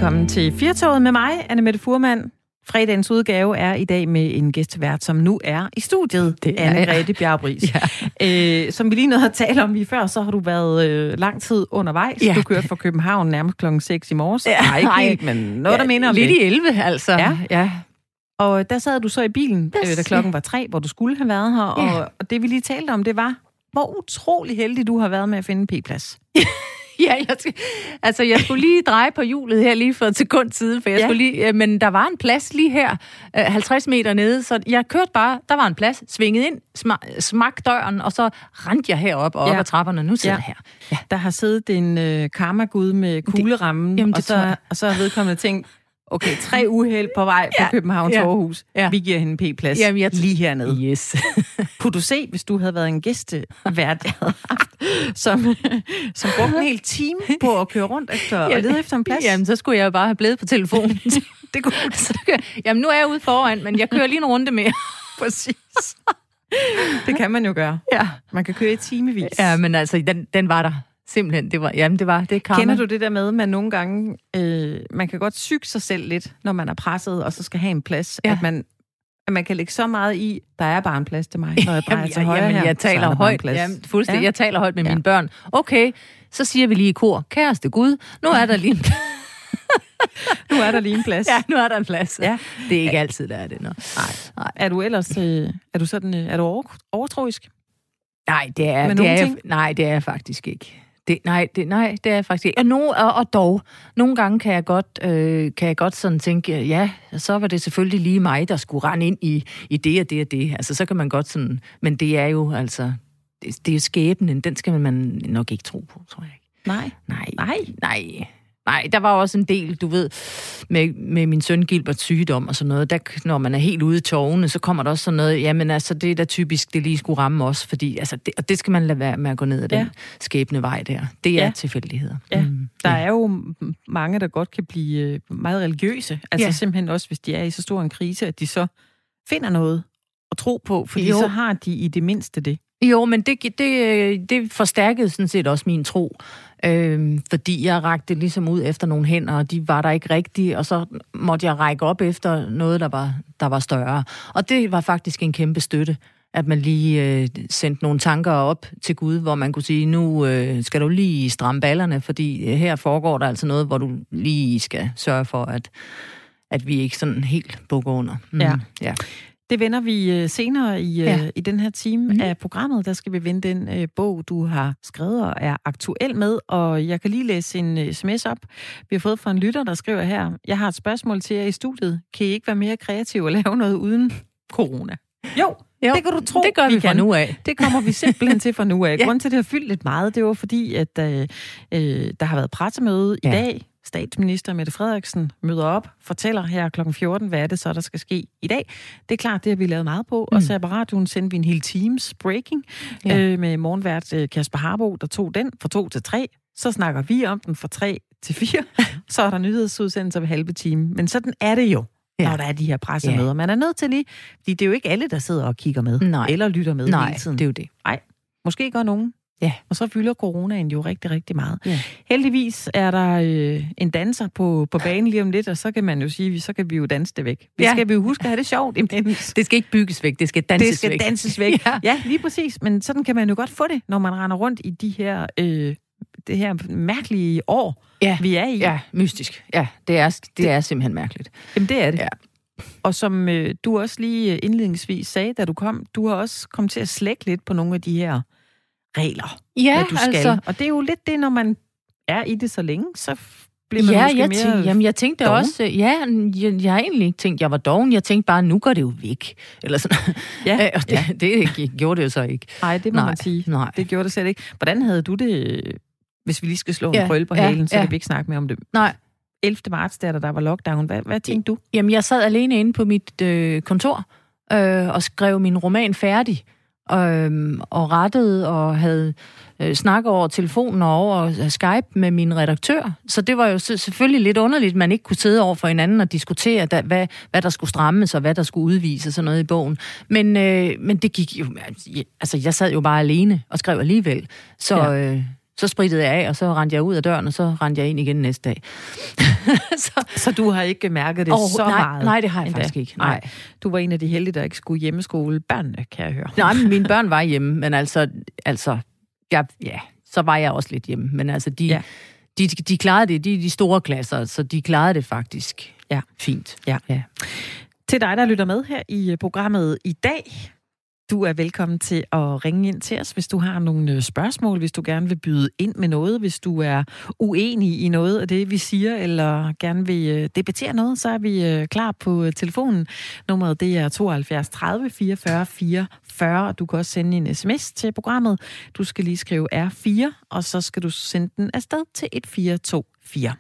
Velkommen til Firtoget med mig, Anne-Mette Fuhrmann. Fredagens udgave er i dag med en gæstevært, som nu er i studiet. Det er Anne-Grethe Bjarup-Riis. Ja. Som vi lige nåede at tale om lige før, så har du været lang tid undervejs. Ja. Du kørte fra København nærmest klokken 6 i morges. Ja. Nej, ikke helt, men noget, der minder om lidt det. Lidt i 11, altså. Ja. Og der sad du så i bilen, da klokken var 3, hvor du skulle have været her. Ja. Og det vi lige talte om, det var, hvor utrolig heldig du har været med at finde en P-plads. Ja, jeg skulle lige dreje på hjulet her lige for et sekund siden, for jeg skulle lige, men der var en plads lige her, 50 meter nede, så jeg kørte bare, der var en plads, svingede ind, smagte døren, og så rendte jeg herop og op ad trapperne, nu sidder jeg her. Ja. Der har siddet en karma-gud med kuglerammen, og så har vedkommende tænkt, okay, 3 uheld på vej fra København til Aarhus. Ja. Vi giver hende en P-plads lige hernede. Yes. Kunne du se, hvis du havde været en gæstevært, jeg havde haft, som brugte en hel time på at køre rundt efter og lede efter en plads? Jamen, så skulle jeg jo bare have blevet på telefonen. Det kunne jamen, nu er jeg ude foran, men jeg kører lige en runde mere. Præcis. Det kan man jo gøre. Ja. Man kan køre i timevis. Ja, men altså, den var der. Simpelthen, det er karma. Kender du det der med, at man nogle gange, man kan godt syge sig selv lidt, når man er presset, og så skal have en plads, at man kan lægge så meget i, der er bare en plads til mig, når jeg drejer til højre her, jeg taler højt. Fuldstændig. Jeg taler højt med mine børn. Okay, så siger vi lige i kor, kæreste Gud, nu er der lige en nu er der lige en plads. Ja, nu er der en plads. Ja. Det er ikke altid, der er det. Nej. Er du ellers, er du overtroisk? Nej, det er jeg faktisk ikke. Det er jeg faktisk ikke. Og dog, nogle gange kan jeg godt sådan tænke, ja, så var det selvfølgelig lige mig, der skulle rende ind i det og det og det. Altså, så kan man godt sådan, men det er jo altså, det er jo skæbnen, den skal man nok ikke tro på, tror jeg ikke. Nej, der var også en del, du ved, med min søn Gilberts sygdom og sådan noget. Der, når man er helt ude i tårne, så kommer der også sådan noget, jamen altså, det er da typisk, det lige skulle ramme os, fordi altså, det skal man lade være med at gå ned ad den skæbne vej der. Det er tilfældigheder. Ja. Der er jo mange, der godt kan blive meget religiøse, altså simpelthen også, hvis de er i så stor en krise, at de så finder noget at tro på, fordi så har de i det mindste det. Jo, men det forstærkede sådan set også min tro, fordi jeg rakte ligesom ud efter nogle hænder, og de var der ikke rigtige, og så måtte jeg række op efter noget, der var større. Og det var faktisk en kæmpe støtte, at man lige sendte nogle tanker op til Gud, hvor man kunne sige, nu skal du lige stramme ballerne, fordi her foregår der altså noget, hvor du lige skal sørge for, at vi ikke sådan helt bukker under. Ja. Det vender vi senere i den her time af programmet. Der skal vi vende den bog, du har skrevet og er aktuel med. Og jeg kan lige læse en sms op. Vi har fået fra en lytter, der skriver her, jeg har et spørgsmål til jer i studiet. Kan I ikke være mere kreative og lave noget uden corona? Jo, det kan du tro. Det gør vi fra nu af. Det kommer vi simpelthen til fra nu af. Grunden til, at det har fyldt lidt meget, det var fordi, at der har været pressemøde i dag. Statsminister Mette Frederiksen møder op, fortæller her kl. 14, hvad er det så, der skal ske i dag. Det er klart, det har vi lavet meget på, og så på radioen sendte vi en hel Teams breaking med morgenvært Kasper Harbo, der tog den fra 2 til 3. Så snakker vi om den fra 3 til 4. Så er der nyhedsudsendelser ved halve time. Men sådan er det jo, når der er de her pressemøder. Man er nødt til lige, fordi det er jo ikke alle, der sidder og kigger med, eller lytter med hele tiden. Det er jo det. Nej, måske gør nogen. Ja. Og så fylder coronaen jo rigtig, rigtig meget. Ja. Heldigvis er der en danser på banen lige om lidt, og så kan man jo sige, så kan vi jo danse det væk. Vi skal jo huske at have det sjovt imens. Det skal ikke bygges væk, det skal danses væk. Ja, lige præcis. Men sådan kan man jo godt få det, når man render rundt i de her, det her mærkelige år, vi er i. Ja, mystisk. Ja, det er simpelthen mærkeligt. Jamen, det er det. Ja. Og som du også lige indledningsvis sagde, da du kom, du har også kommet til at slække lidt på nogle af de her regler, hvad du skal. Altså, og det er jo lidt det, når man er i det så længe, så bliver man måske mere jeg tænkte doven. Også, jeg har egentlig ikke tænkt, jeg var doven. Jeg tænkte bare, nu går det jo væk. Eller sådan. Og det gjorde det jo så ikke. Nej, det må man sige. Nej. Det gjorde det selv ikke. Hvordan havde du det, hvis vi lige skal slå en krølle på halen, så kan vi ikke snakke mere om det? Nej. 11. marts, der var lockdown. Hvad tænkte du? Jamen, jeg sad alene inde på mit kontor og skrev min roman færdig. Og rettede og havde snakket over telefonen og over Skype med min redaktør. Så det var jo selvfølgelig lidt underligt, at man ikke kunne sidde over for hinanden og diskutere, hvad der skulle strammes og hvad der skulle udvises og sådan noget i bogen. Men det gik jo... Altså, jeg sad jo bare alene og skrev alligevel. Så Så sprittede jeg af, og så rendte jeg ud af døren, og så rendte jeg ind igen næste dag. så du har ikke mærket det meget? Nej, det har jeg faktisk ikke. Nej. Du var en af de heldige, der ikke skulle hjemmeskole børnene, kan jeg høre. Nej, men mine børn var hjemme, men altså så var jeg også lidt hjemme. Men altså, de klarede det, de store klasser, så de klarede det faktisk fint. Ja. Til dig, der lytter med her i programmet i dag, du er velkommen til at ringe ind til os, hvis du har nogle spørgsmål, hvis du gerne vil byde ind med noget, hvis du er uenig i noget af det, vi siger, eller gerne vil debattere noget, så er vi klar på telefonen. Nummeret det er 72 30 44 44, og du kan også sende en sms til programmet. Du skal lige skrive R4, og så skal du sende den afsted til 1424.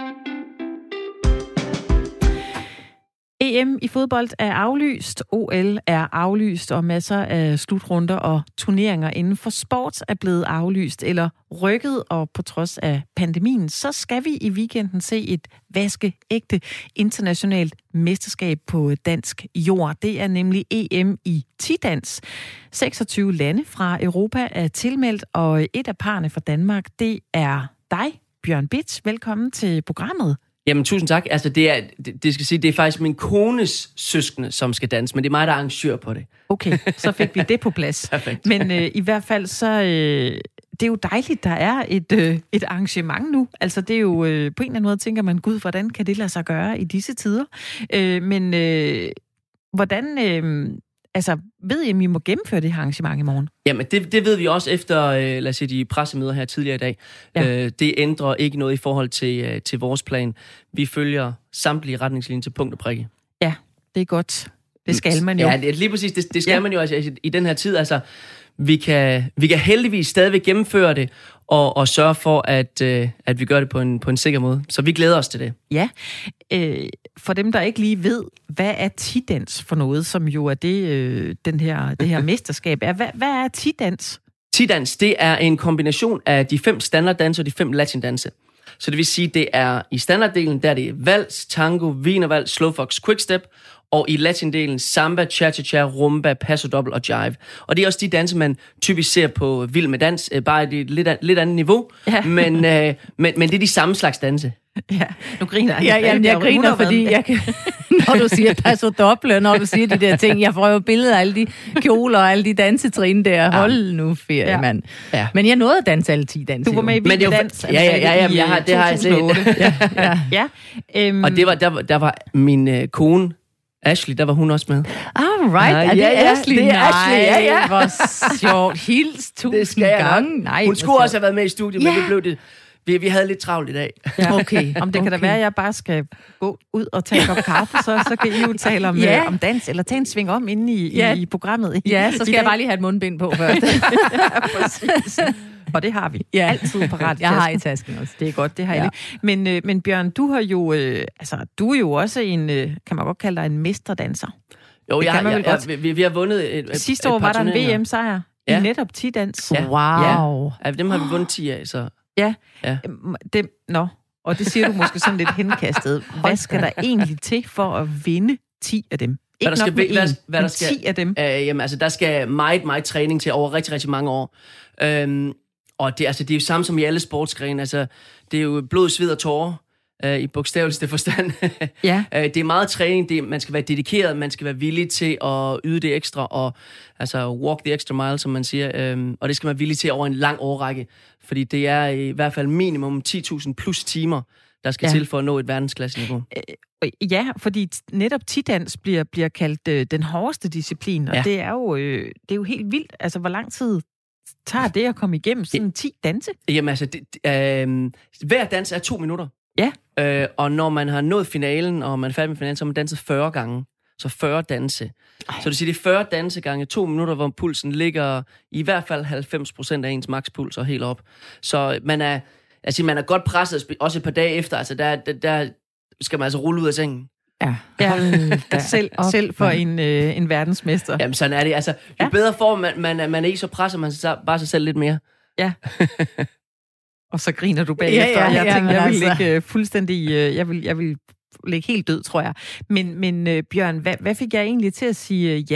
EM i fodbold er aflyst, OL er aflyst, og masser af slutrunder og turneringer inden for sport er blevet aflyst eller rykket, og på trods af pandemien, så skal vi i weekenden se et vaskeægte internationalt mesterskab på dansk jord. Det er nemlig EM i tidans. 26 lande fra Europa er tilmeldt, og et af parrene fra Danmark, det er dig, Bjørn Bitsch. Velkommen til programmet. Jamen, tusind tak. Altså, det er faktisk min kones søskende, som skal danse, men det er mig, der er arrangør på det. Okay, så fik vi det på plads. Perfekt. Men i hvert fald så, det er jo dejligt, der er et arrangement nu. Altså, det er jo på en eller anden måde, tænker man, gud, hvordan kan det lade sig gøre i disse tider? Men hvordan... ved I, at I må gennemføre det her arrangement i morgen? Jamen, det ved vi også efter, lad os sige, de pressemøder her tidligere i dag. Ja. Det ændrer ikke noget i forhold til vores plan. Vi følger samtlige retningslinjer til punkt og prikke. Ja, det er godt. Det skal man jo. Ja, lige præcis. Det skal man jo altså, i den her tid. Altså, vi kan heldigvis stadigvæk gennemføre det, og sørge for, at vi gør det på en sikker måde. Så vi glæder os til det. Ja. For dem, der ikke lige ved, hvad er tidans for noget, som jo er det her mesterskab er. Hvad er tidans? Tidans, det er en kombination af de 5 standarddanse og de 5 latindanse. Så det vil sige, det er i standarddelen, der er det vals, tango, wienervals, slowfox, quickstep, og i latindelen samba, cha-cha-cha, rumba, paso doble og jive. Og det er også de danse, man typisk ser på Vild med Dans, bare i et lidt andet niveau, men det er de samme slags danse. Ja, nu griner jeg. Jeg griner, fordi når du siger paso doble, når du siger de der ting, jeg får jo billeder af alle de kjoler og alle de dansetrin der. Hold nu ferie, mand. Ja. Men jeg nåede at danse alle 10 danse. Du var med i Vild med Dans. Det har jeg set. Og der var min kone, Ashley, der var hun også med. Right. Er det Ashley? Det er Ashley, ja. Hvor sjovt. Hils 1000 gange. Nej, hun skulle også have været med i studiet, men det blev det. Vi havde lidt travlt i dag. Ja. Okay. Om det kan da være, at jeg bare skal gå ud og tage en kop kaffe, så kan I jo tale om dans, eller tage en sving om inde i programmet. Ja, så skal jeg bare lige have et mundbind på først. Præcis. Og det har vi. Ja. Altid parat. Jeg har i tasken også. Det er godt, det har jeg. Men Bjørn, du har jo, du er jo også kan man godt kalde dig en mesterdanser. Jo, vi har vundet sidste år var der en VM-sejr i netop tidans. Ja. Wow. Ja, dem har vi vundet 10 af, så... Ja. Og det siger du måske sådan lidt henkastet. Hvad skal der egentlig til for at vinde 10 af dem? Ikke hvad der skal 10 af dem? Jamen, altså, der skal meget træning til over rigtig, rigtig mange år. Og det er jo samme som i alle sportsgrene. Altså, det er jo blod, sved og tårer i bogstaveligste forstand. Ja. Det er meget træning. Man skal være dedikeret, man skal være villig til at yde det ekstra, og altså walk the extra mile, som man siger. Og det skal man være villig til over en lang årrække. Fordi det er i hvert fald minimum 10.000 plus timer, der skal til for at nå et verdensklasseniveau. Ja, fordi netop tidans bliver kaldt den hårdeste disciplin, og det er jo helt vildt. Altså, hvor lang tid tager det at komme igennem sådan 10 danse? Jamen altså, hver dans er 2 minutter. Ja. Og når man har nået finalen, og man er færdig med finalen, så har man danset 40 gange. Så 40 danse. Så det siger, det er 40 danse gange 2 minutter, hvor pulsen ligger i hvert fald 90% af ens makspuls og helt op. Så man er godt presset, også et par dage efter. Altså, der skal man altså rulle ud af sengen. Ja. Selv for en verdensmester. Jamen, sådan er det. Altså, jo bedre form man er i, så presser man bare sig selv lidt mere. Ja. Og så griner du bagefter. Jeg tænkte, jeg vil ligge fuldstændig... Jeg vil ligge helt død, tror jeg. Men Bjørn, hvad fik jeg egentlig til at sige ja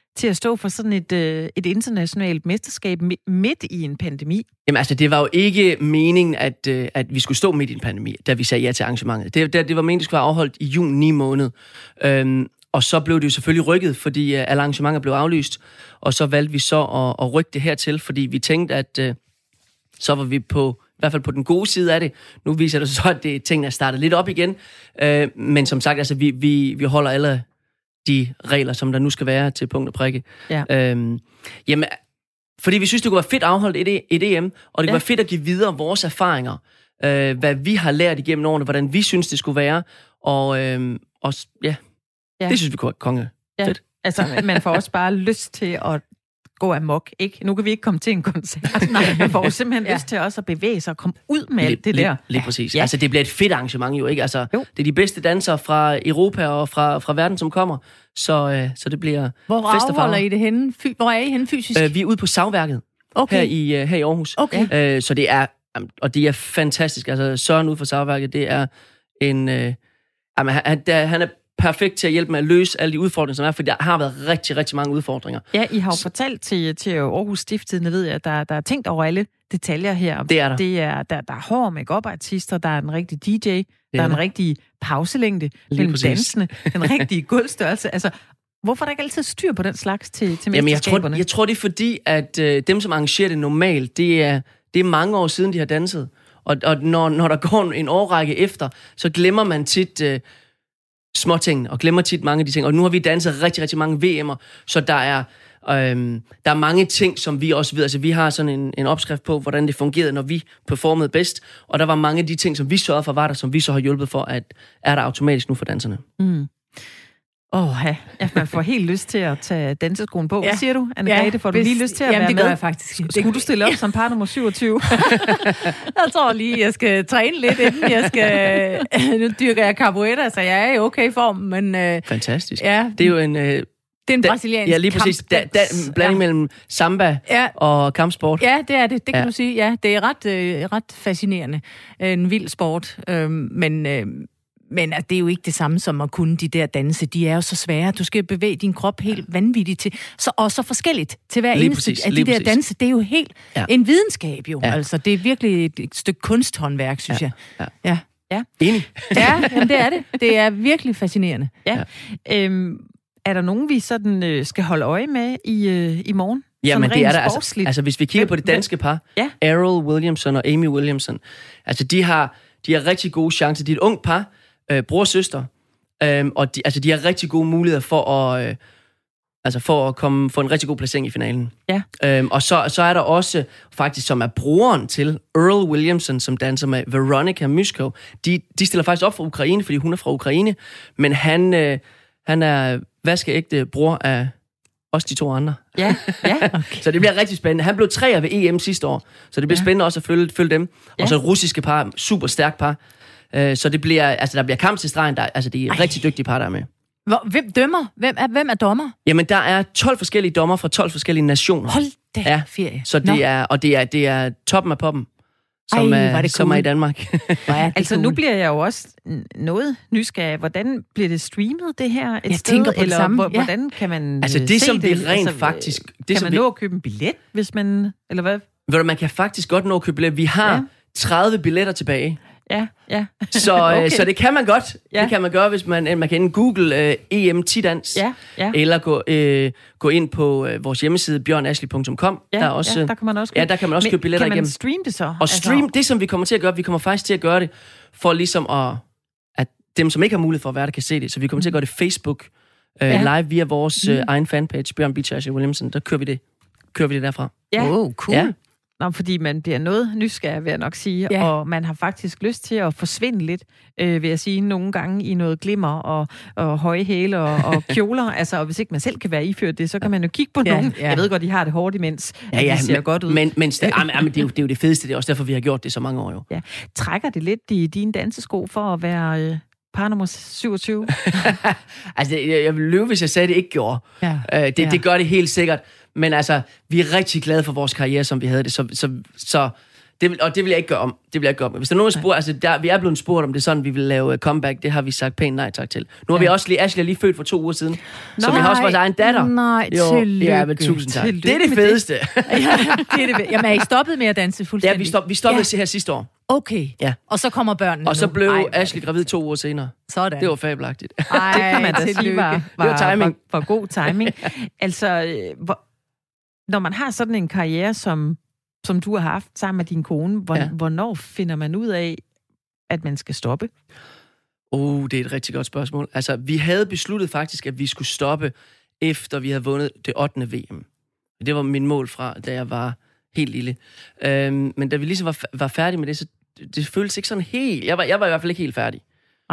til at stå for sådan et internationalt mesterskab midt i en pandemi? Jamen altså, det var jo ikke meningen, at vi skulle stå midt i en pandemi, da vi sagde ja til arrangementet. Det var meningen, det skulle være afholdt i juni måned. Og så blev det jo selvfølgelig rykket, fordi alle arrangementer blev aflyst. Og så valgte vi så at rykke det hertil, fordi vi tænkte, at så var vi i hvert fald på den gode side af det. Nu viser det så, at tingene er startet lidt op igen. Men som sagt, altså, vi holder alle de regler, som der nu skal være til punkt og prikke. Ja. Jamen, fordi vi synes, det kunne være fedt afholdt et EM, og det kunne være fedt at give videre vores erfaringer, hvad vi har lært igennem årene, hvordan vi synes, det skulle være, og det synes vi kunne være konge. Fedt. Altså, man får også bare lyst til at gå amok, ikke? Nu kan vi ikke komme til en koncert. Nej, man får simpelthen lyst til også at bevæge sig og komme ud med alt det der. Lige præcis. Ja. Altså, det bliver et fedt arrangement jo, ikke? Altså, det er de bedste dansere fra Europa og fra verden, som kommer. Så det bliver Hvor fest og farver. Hvor I det henne? Hvor er I henne fysisk? Vi er ude på Savværket her i Aarhus. Okay. Så det er, og det er fantastisk. Altså, Søren ude for Savværket, det er en... han er perfekt til at hjælpe med at løse alle de udfordringer, som er, for der har været rigtig, rigtig mange udfordringer. Ja, I har jo fortalt til Aarhus Stiftstidende, ved jeg, at der er tænkt over alle detaljer her. Det er der. Der er hårde make-up-artister, der er en rigtig DJ, der er en rigtig pauselængde mellem dansene, en rigtig guldstørrelse. Altså, hvorfor er der ikke altid styr på den slags til mesterskaberne? Jeg tror, det er fordi, at dem, som arrangerer det normalt, det er mange år siden, de har danset. Og når der går en årrække efter, så glemmer man tit... småting, og glemmer tit mange af de ting. Og nu har vi danset rigtig, rigtig mange VM'er, så der er mange ting, som vi også ved. Altså, vi har sådan en opskrift på, hvordan det fungerede, når vi performede bedst. Og der var mange af de ting, som vi sørgede for, var der, som vi så har hjulpet for, at er der automatisk nu for danserne. Man får helt lyst til at tage danseskoen på. Hvad siger du, Anne-Grethe? Får du lige lyst til at være med? Jamen, det gør jeg faktisk. Skulle du stille op som par nummer 27? Jeg tror lige, jeg skal træne lidt, inden jeg skal... Nu dyrker jeg capoeira, så jeg er i okay form, men... Fantastisk. Ja. Det er jo en... Det er en brasiliansk Ja, lige præcis. Blanding mellem samba og kampsport. Ja, det er det. Det kan du sige. Ja, det er ret fascinerende. En vild sport. Men det er jo ikke det samme som at kunne de der danse. De er jo så svære. Du skal bevæge din krop helt vanvittigt til. Og så forskelligt til hver eneste af de der danse. Det er jo helt en videnskab jo. Ja. Altså, det er virkelig et stykke kunsthåndværk, synes jeg. Ja. Enig. Ja, jamen, det er det. Det er virkelig fascinerende. Ja. Er der nogen, vi sådan skal holde øje med i morgen? Ja, men det er der. Altså, hvis vi kigger på det danske par, Errol Williamson og Amy Williamson, altså de har rigtig gode chancer. De er et ungt par, bror og søster, og de har rigtig gode muligheder for at få en rigtig god placering i finalen. Ja. Og så er der også, faktisk, som er broren til Earl Williamson, som danser med Veronica Mysko. De stiller faktisk op for Ukraine, fordi hun er fra Ukraine, men han er vaskeægte bror af også de to andre. Ja, okay. Så det bliver rigtig spændende. Han blev 3'er ved EM sidste år, så det bliver spændende også at følge dem. Og så et russiske par, super stærkt par. Så det bliver, der bliver kamp til stregen. De er rigtig dygtige par, der er med. Hvem dømmer? Hvem er dommer? Jamen, der er 12 forskellige dommer fra 12 forskellige nationer. Hold da ferie. Så det er toppen af poppen, som er i Danmark. Altså, nu bliver jeg jo også noget nysgerrig. Hvordan bliver det streamet, det her et sted? Tænker på det samme. Hvordan kan man det, som det rent faktisk... Kan man nå at købe en billet, hvis man... Eller hvad? Ved du, man kan faktisk godt nå at købe billet. Vi har 30 billetter tilbage. Ja. Så det kan man godt. Ja. Det kan man gøre, hvis man kan enten google EM Tidans, eller gå ind på vores hjemmeside bjørnashley.com. Ja, der kan man også købe. Ja, der kan man også købe billetter igennem. Kan man streame det så? Og stream det, som vi kommer til at gøre. Vi kommer faktisk til at gøre det, for ligesom at dem, som ikke har mulighed for at være der, kan se det. Så vi kommer til at gøre det Facebook live via vores egen fanpage, Bjørn Beach Ashley Williamson. Der kører vi det derfra. Ja, cool. Ja. Nå, fordi man bliver noget nysgerrig, vil jeg nok sige, og man har faktisk lyst til at forsvinde lidt, vil jeg sige, nogle gange i noget glimmer og høje hæle og kjoler. Altså, og hvis ikke man selv kan være iført det, så kan man jo kigge på nogen. Jeg ved godt, de har det hårdt imens. Det ser godt ud. Men det er jo det fedeste, det er også derfor, vi har gjort det så mange år jo. Ja. Trækker det lidt i dine dansesko for at være... par nummer 27? Altså, jeg ville løbe, hvis jeg sagde, det ikke gjorde. Det gør det helt sikkert. Men altså, vi er rigtig glade for vores karriere, som vi havde det. Så Det vil jeg ikke gøre om. Det vil jeg ikke gøre om. Hvis der er nogen, der spørger, altså vi er blevet spurgt om det sådan, vi vil lave comeback, det har vi sagt pænt nej tak til. Nu har vi også Ashley er lige født for 2 uger siden, så vi har også vores egen datter. Nej, tillykke. Ja, men tusind tak. Tillykke det er det fedeste. Jamen, er I stoppet med at danse fuldstændig? Ja, vi stoppede her sidste år. Okay. Ja. Og så kommer børnene og så blev Ashley gravid 2 uger senere. Sådan. Det var fabelagtigt. Det kan man da sige var timing. Var god timing. Altså, når man har sådan en karriere, som du har haft sammen med din kone, hvornår finder man ud af, at man skal stoppe? Det er et rigtig godt spørgsmål. Altså, vi havde besluttet faktisk, at vi skulle stoppe, efter vi havde vundet det 8. VM. Det var min mål fra, da jeg var helt lille. Men da vi ligesom var færdige med det, så det føltes ikke sådan helt... Jeg var i hvert fald ikke helt færdig.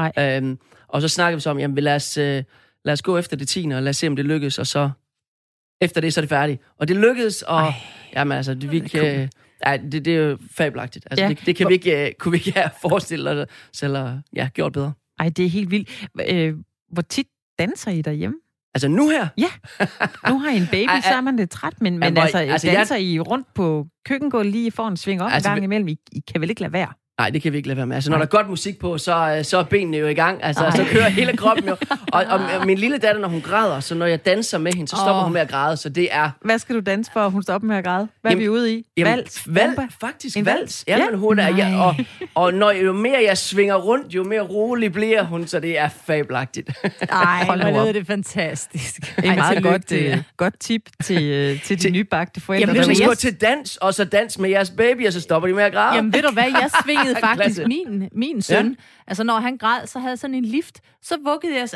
Og så snakkede vi så om, jamen lad os gå efter det 10. og lad os se, om det lykkes, og så efter det, så er det færdigt. Og det lykkedes, og jamen altså, det er jo fabelagtigt. Altså, det kan kunne vi ikke have forestillet os, eller gjort bedre. Ej, det er helt vildt. Hvor tit danser I derhjemme? Altså nu her? Ja. Nu har I en baby, så er man lidt træt, men danser I rundt på køkkengulvet lige for en sving op en gang imellem? I kan vel ikke lade være? Nej, det kan vi ikke lade være med. Altså, når der er godt musik på, så er benene jo i gang. Altså, så kører hele kroppen jo. Og min lille datter, når hun græder, så når jeg danser med hende, så stopper hun med at græde. Så det er... Hvad skal du danse for, at hun stopper med at græde? Hvad er vi ude i? Vals? Faktisk vals. Jamen, hun er... Og jo mere jeg svinger rundt, jo mere rolig bliver hun, så det er fabelagtigt. Ej, hvor lyder det fantastisk. Det er meget godt tip til de nybagte forældre. Jamen, hvis I går til dans, og så dans med jeres baby, og så stopper de med at græde. Jamen, ved du hvad, jeg svingede faktisk min søn. Ja. Altså, når han græd, så havde sådan en lift, så vuggede jeg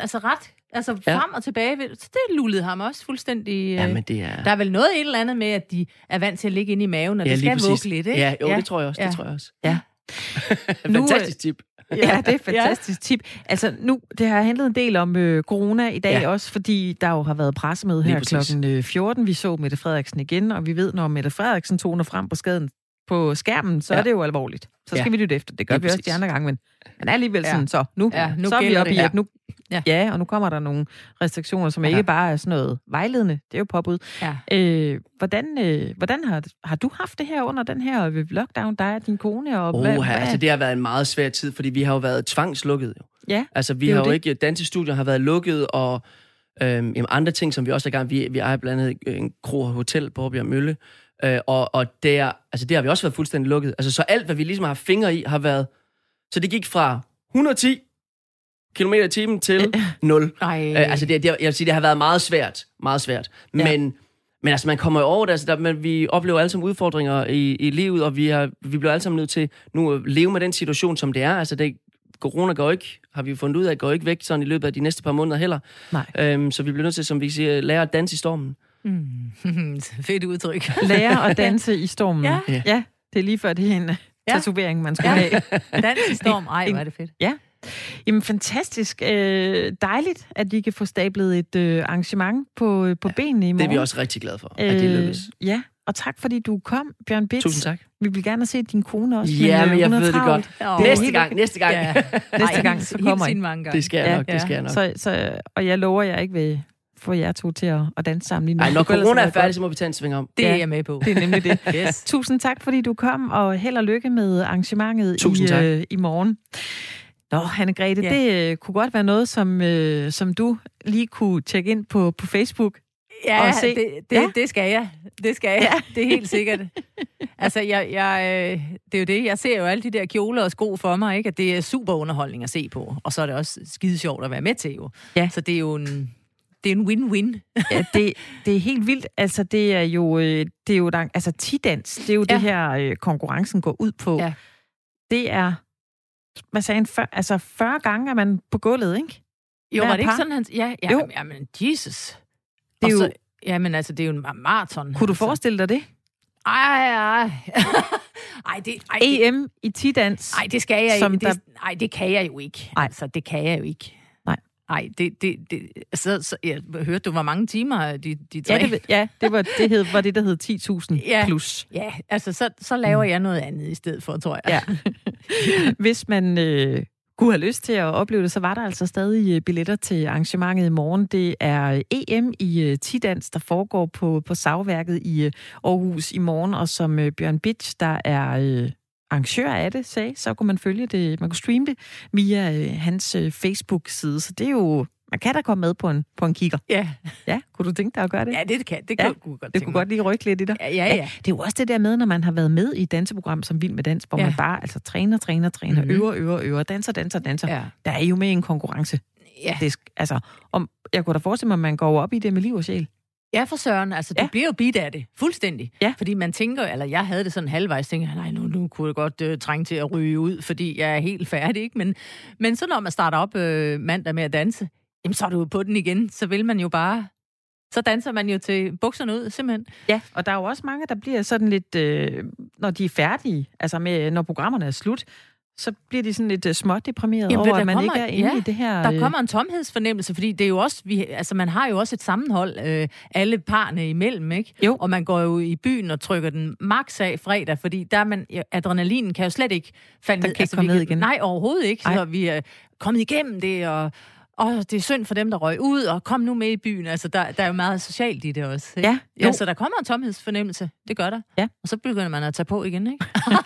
frem og tilbage. Så det lullede ham også fuldstændig. Jamen, det er... Der er vel noget et eller andet med, at de er vant til at ligge inde i maven, og det skal vugge lidt, ikke? Ja, det tror jeg også. Det tror jeg også. Ja. Fantastisk tip. Ja, det er et fantastisk tip. Altså nu, det har handlet en del om corona i dag også, fordi der jo har været pressemøde her klokken 14. Vi så Mette Frederiksen igen, og vi ved, når Mette Frederiksen toner frem på skærmen, så er det jo alvorligt. Så skal vi lytte efter. Det gør vi også de andre gange, men alligevel sådan, så nu er vi oppe i, at nu... Ja, og nu kommer der nogle restriktioner, som ikke bare er sådan noget vejledende. Det er jo påbud. Ja. Hvordan har du haft det her under den her lockdown, dig og din kone? Og altså, det har været en meget svær tid, fordi vi har jo været tvangslukket. Jo. Ja, altså, vi har jo ikke... Dansestudier har været lukket, og andre ting, som vi også er i gang. Vi ejer blandt andet en kro og hotel på Råbjerg Mølle, og det har vi også været fuldstændig lukket. Altså, så alt, hvad vi ligesom har fingre i, har været... Så det gik fra 110 kilometer i timen til 0. Altså, jeg vil sige, det har været meget svært. Meget svært. Men altså, man kommer jo over det. Altså, men vi oplever alle sammen udfordringer i livet, og vi bliver alle sammen nødt til nu at leve med den situation, som det er. Altså, corona går ikke, har vi fundet ud af, går ikke væk sådan i løbet af de næste par måneder heller. Så vi bliver nødt til, som vi siger, lære at danse i stormen. Fedt udtryk. Lære at danse i stormen. Ja, det er lige før det er en tatovering, man skulle have. Dans i storm. Ej, hvor er det fedt. Ja. Jamen, fantastisk. Dejligt, at I kan få stablet et arrangement på benene i morgen. Det er vi også rigtig glade for, at det lykkes. Ja, og tak fordi du kom, Bjørn Bitsch. Tusind tak. Vi vil gerne se din kone også. Ja, men jeg ved det godt. Næste gang. Næste gang, så kommer I. Det skal jeg nok, Så, og jeg lover, jeg ikke vil få jer to til at danse sammen lige nu. Nej, når corona er færdig, så må vi tage en sving om. Det er jeg med på. Det er nemlig det. Yes. Tusind tak, fordi du kom, og held og lykke med arrangementet i morgen. Nå, Hanne-Grethe, det kunne godt være noget, som du lige kunne tjekke ind på Facebook. Ja, og se. Det skal jeg. Det skal jeg. Ja. Det er helt sikkert. Altså, det er jo det. Jeg ser jo alle de der kjoler og sko for mig, ikke? At det er super underholdning at se på. Og så er det også skide sjovt at være med til, jo. Ja. Så det er jo en win-win. Ja, det er helt vildt. Altså, det er jo altså, tidans, det er jo det her, konkurrencen går ud på. Ja. Det er, hvad sagde han, 40 gange er man på gulvet, ikke? Jo, var det ikke sådan, jamen, Jesus. Det er jo, jamen, altså, det er jo en maraton. Kunne du forestille dig det? Ej, EM i tidans. Nej, det skal jeg ikke. Nej, det kan jeg jo ikke. Altså, det kan jeg jo ikke. Nej, så jeg hørte du, hvor mange timer de tre? Det var det, der hed 10.000 plus. Ja, altså så laver jeg noget andet i stedet for, tror jeg. Ja. Hvis man kunne have lyst til at opleve det, så var der altså stadig billetter til arrangementet i morgen. Det er EM i tidans, der foregår på Savværket i Aarhus i morgen, og som Bjørn Bitsch, der er arrangør af det, sagde, så kunne man følge det, man kunne streame det via hans Facebook-side. Så det er jo, man kan da komme med på en kigger. Ja. Ja, kunne du tænke dig at gøre det? Ja, det kan. Det kunne godt tænke. Det kunne godt lige rykke lidt i dig. Ja. Det er jo også det der med, når man har været med i et danseprogram som Vild med Dans, hvor man bare altså træner, øver, danser. Ja. Der er jo med en konkurrence. Ja. Jeg kunne da forestille mig, at man går op i det med liv og sjæl. Ja, for søren. Altså, du bliver jo bidt af det. Fuldstændig. Ja. Fordi man tænker, eller jeg havde det sådan halvvejs, tænker nej, nu kunne jeg godt trænge til at ryge ud, fordi jeg er helt færdig, ikke? Men så når man starter op mandag med at danse, jamen så er du jo på den igen. Så vil man jo bare... Så danser man jo til bukserne ud, simpelthen. Ja, og der er jo også mange, der bliver sådan lidt... når de er færdige, altså når programmerne er slut, så bliver de sådan lidt smådeprimeret over, at man ikke er inde i det her... Der kommer en tomhedsfornemmelse, fordi det er jo også... man har jo også et sammenhold, alle parne imellem, ikke? Jo. Og man går jo i byen og trykker den max af fredag, fordi der adrenalinen kan jo slet ikke falde ned. Den kan ikke komme ned igen. Nej, overhovedet ikke. Så vi er kommet igennem det, og det er synd for dem, der røg ud, og kom nu med i byen. Altså, der er jo meget socialt i det også. Ikke? Ja, så der kommer en tomhedsfornemmelse. Det gør der. Ja. Og så begynder man at tage på igen, ikke?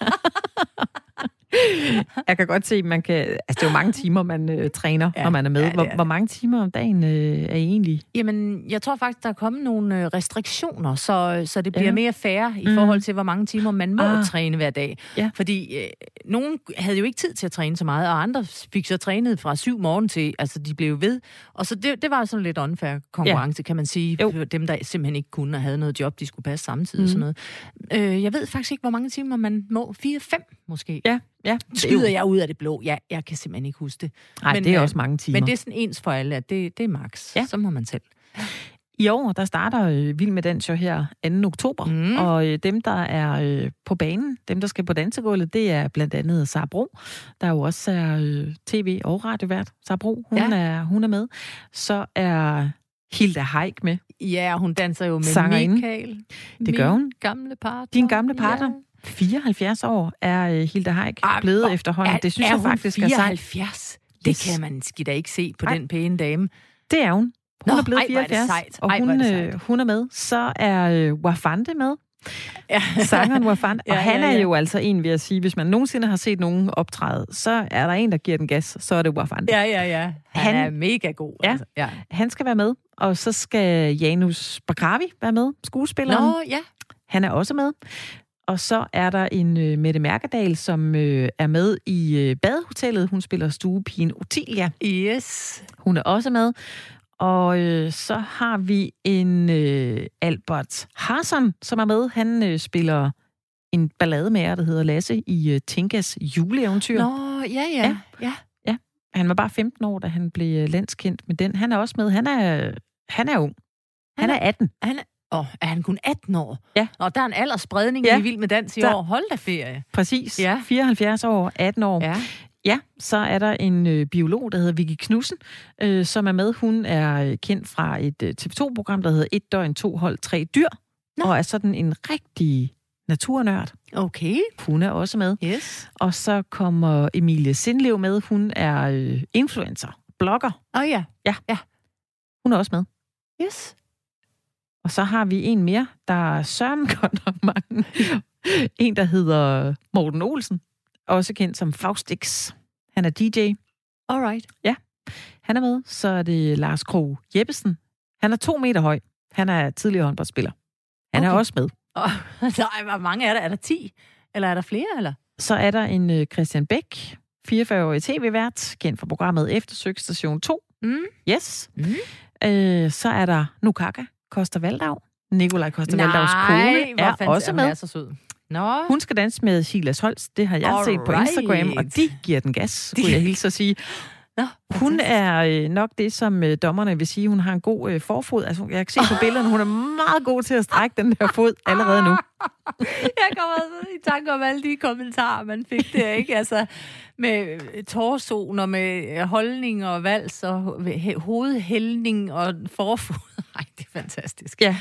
Jeg kan godt se, at man kan... Altså, det er jo mange timer, man træner, når man er med. Hvor mange timer om dagen er I egentlig? Jamen, jeg tror faktisk, der er kommet nogle restriktioner, så det bliver mere fair i forhold til, hvor mange timer man må træne hver dag. Ja. Fordi nogen havde jo ikke tid til at træne så meget, og andre fik så trænet fra 7 morgen til... Altså, de blev ved. Og så det var sådan lidt unfair konkurrence, kan man sige. Jo. Dem, der simpelthen ikke kunne og havde noget job, de skulle passe samtidig og sådan noget. Jeg ved faktisk ikke, hvor mange timer man må. 4-5 måske. Ja, skyder jeg ud af det blå. Ja, jeg kan simpelthen ikke huske det. Nej, det er også mange timer. Men det er sådan ens for alle, at det er max. Ja. Så må man selv. I år, der starter Vild med Dans jo her 2. oktober, og dem, der er på banen, dem, der skal på dansegulvet, det er blandt andet Sara Bro, der jo også er tv- og radiovært. Sara Bro, hun er med. Så er Hilda Heick med. Ja, hun danser jo med sangerinde. Michael. Det gør hun. Gamle partner. Din gamle partner. Ja. 74 år er Hilda Heick blevet efterhånden. Det synes jeg faktisk er sejt. 74? Det kan man da ikke se på den pæne dame. Det er hun. Hun er blevet 74, og hun er med. Så er Wafande med. Ja. Sangeren Wafande. Og han er jo altså en, vil jeg sige, hvis man nogensinde har set nogen optræde, så er der en, der giver den gas, så er det Wafande. Ja. Han er mega god. Ja, altså. Ja. Han skal være med, og så skal Janus Bagravi være med, skuespilleren. Nå, ja. Han er også med. Og så er der en Mette Mærkedal, som er med i Badehotellet. Hun spiller stuepigen Otilia. Yes. Hun er også med. Og så har vi en Albert Harsson, som er med. Han spiller en ballademager, der hedder Lasse, i Tinkas juleeventyr. Nå, ja. Han var bare 15 år, da han blev landskendt med den. Han er også med. Han er ung. Han er 18. Er han kun 18 år? Ja. Og der er en aldersspredning i Vild med Dans i år. Hold da ferie. Præcis. Ja. 74 år, 18 år. Ja. Ja, så er der en biolog, der hedder Vicky Knudsen, som er med. Hun er kendt fra et TV2-program, der hedder 1 døgn, 2 hold, 3 dyr. Nå. Og er sådan en rigtig naturnørd. Okay. Hun er også med. Yes. Og så kommer Emilie Sindlev med. Hun er influencer, blogger. Ja. Hun er også med. Yes. Og så har vi en mere, der er sørme godt nok mange. En, der hedder Morten Olsen, også kendt som Faustix. Han er DJ. Alright. Ja, han er med. Så er det Lars Krog Jeppesen. Han er 2 meter høj. Han er tidligere håndboldspiller. Han er også med. Nej, hvor mange er der? Er der 10? Eller er der flere, eller? Så er der en Christian Bæk, 44-årig tv-vært, kendt fra programmet Eftersøgt Station 2. Yes. Så er der Nukaka Koster Valdau. Nikolaj Koster Valdaus kone er også med. Er så sød. Nå. Hun skal danse med Silas Holst. Det har jeg set på Instagram, og de giver den gas, skulle jeg hilse at sige. Nå, hun er nok det, som dommerne vil sige, hun har en god forfod. Altså, jeg kan se på billederne, hun er meget god til at strække den der fod allerede nu. Jeg kommer i tanke om alle de kommentarer, man fik der, ikke? Altså, med torsoen og med holdning og vals og hovedhældning og forfod. Nej, det er fantastisk. Ja.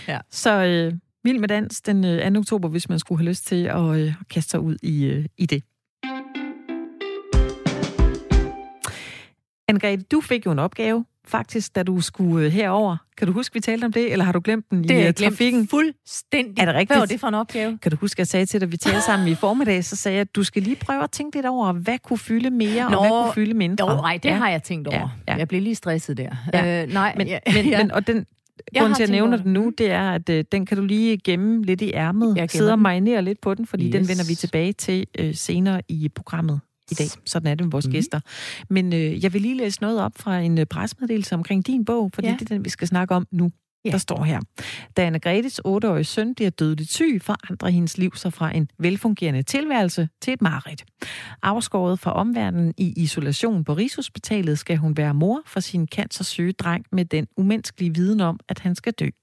Så Vild med Dans den 2. oktober, hvis man skulle have lyst til at kaste sig ud i det. Anne-Grethe, du fik jo en opgave faktisk, da du skulle herover. Kan du huske, vi talte om det, eller har du glemt den i trafikken? Det fuldstændig. Er det rigtigt? Hvad var det for en opgave? Kan du huske, at jeg sagde til dig, vi talte sammen i formiddag, så sagde jeg, at du skal lige prøve at tænke lidt over, hvad kunne fylde mere, og hvad kunne fylde mindre. Nej, det har jeg tænkt over. Ja. Jeg blev lige stresset der. Ja. Men og den... Grunden til, at jeg nævner den nu, det er, at den kan du lige gemme lidt i ærmet. Sidde og marinere lidt på den, fordi den vender vi tilbage til senere i programmet i dag. Sådan er det med vores gæster. Men jeg vil lige læse noget op fra en pressemeddelelse omkring din bog, fordi det er den, vi skal snakke om nu. Ja. Der står her: Da Anne-Gretes 8-årige søn bliver dødeligt syg, forandrer hendes liv sig fra en velfungerende tilværelse til et mareridt. Afskåret fra omverdenen i isolation på Rigshospitalet, skal hun være mor for sin cancersyge dreng med den umenneskelige viden om, at han skal dø.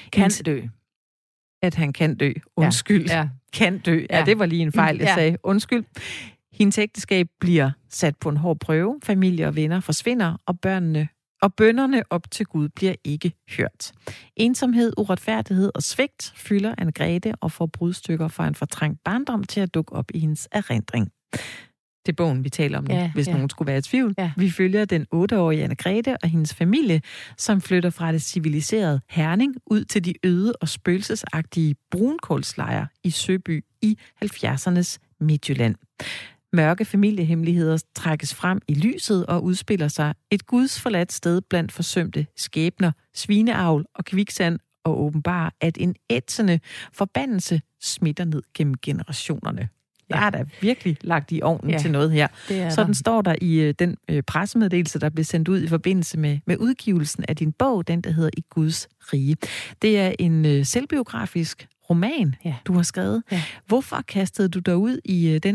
At han kan dø. Undskyld. Ja. Kan dø. Ja, det var lige en fejl, jeg sagde. Undskyld. Hendes ægteskab bliver sat på en hård prøve. Familie og venner forsvinder, og bønnerne op til Gud bliver ikke hørt. Ensomhed, uretfærdighed og svigt fylder Anne-Grethe og får brudstykker fra en fortrængt barndom til at dukke op i hendes erindring. Det er bogen, vi taler om nu, hvis nogen skulle være i tvivl. Ja. Vi følger den 8-årige Anne-Grethe og hendes familie, som flytter fra det civiliserede Herning ud til de øde og spøgelsesagtige brunkålslejre i Søby i 70'ernes Midtjylland. Mørke familiehemmeligheder trækkes frem i lyset og udspiller sig et gudsforladt sted blandt forsømte skæbner, svineavl og kviksand, og åbenbarer, at en ætsende forbandelse smitter ned gennem generationerne. Der er der virkelig lagt i ovnen til noget her. Sådan står der i den pressemeddelelse, der blev sendt ud i forbindelse med udgivelsen af din bog, den der hedder I Guds rige. Det er en selvbiografisk roman, du har skrevet. Ja. Hvorfor kastede du dig ud i den?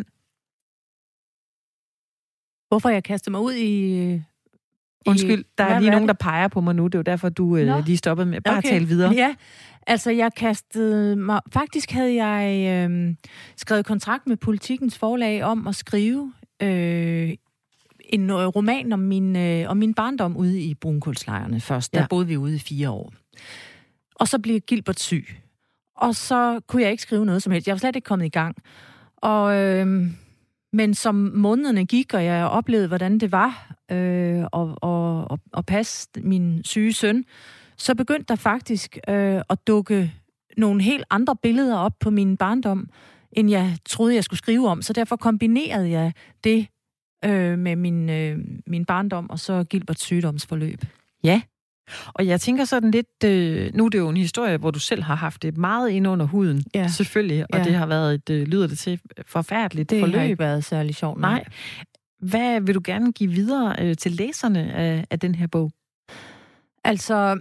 Hvorfor jeg kastede mig ud i... Undskyld, der er lige nogen, der peger på mig nu. Det er jo derfor, du lige stoppede med bare at tale videre. Ja, altså jeg kastede mig... Faktisk havde jeg skrevet kontrakt med Politikens forlag om at skrive en roman om min barndom ude i brunkålslejrene først. Der boede vi ude i 4 år. Og så blev Gilbert syg. Og så kunne jeg ikke skrive noget som helst. Jeg var slet ikke kommet i gang. Men som månederne gik, og jeg oplevede, hvordan det var at passe min syge søn, så begyndte der faktisk at dukke nogle helt andre billeder op på min barndom, end jeg troede, jeg skulle skrive om. Så derfor kombinerede jeg det med min barndom og så Gilberts sygdomsforløb. Ja. Og jeg tænker sådan lidt, nu er det jo en historie, hvor du selv har haft det meget ind under huden, selvfølgelig, og det har været lyder det til, forfærdeligt forløb. Det har ikke været særlig sjovt. Nej. Hvad vil du gerne give videre til læserne af den her bog? Altså,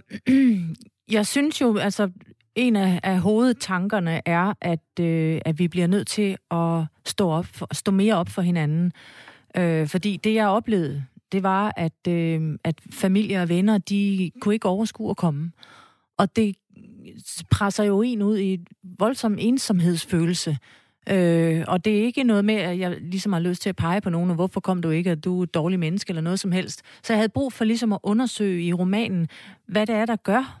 jeg synes jo, altså, en af hovedtankerne er, at vi bliver nødt til at stå mere op for hinanden. Fordi det, jeg oplevede, det var, at familie og venner, de kunne ikke overskue at komme. Og det presser jo en ud i et voldsom ensomhedsfølelse. Og det er ikke noget med, at jeg ligesom har lyst til at pege på nogen, og hvorfor kom du ikke, at du er et dårligt menneske eller noget som helst. Så jeg havde brug for ligesom at undersøge i romanen, hvad det er, der gør,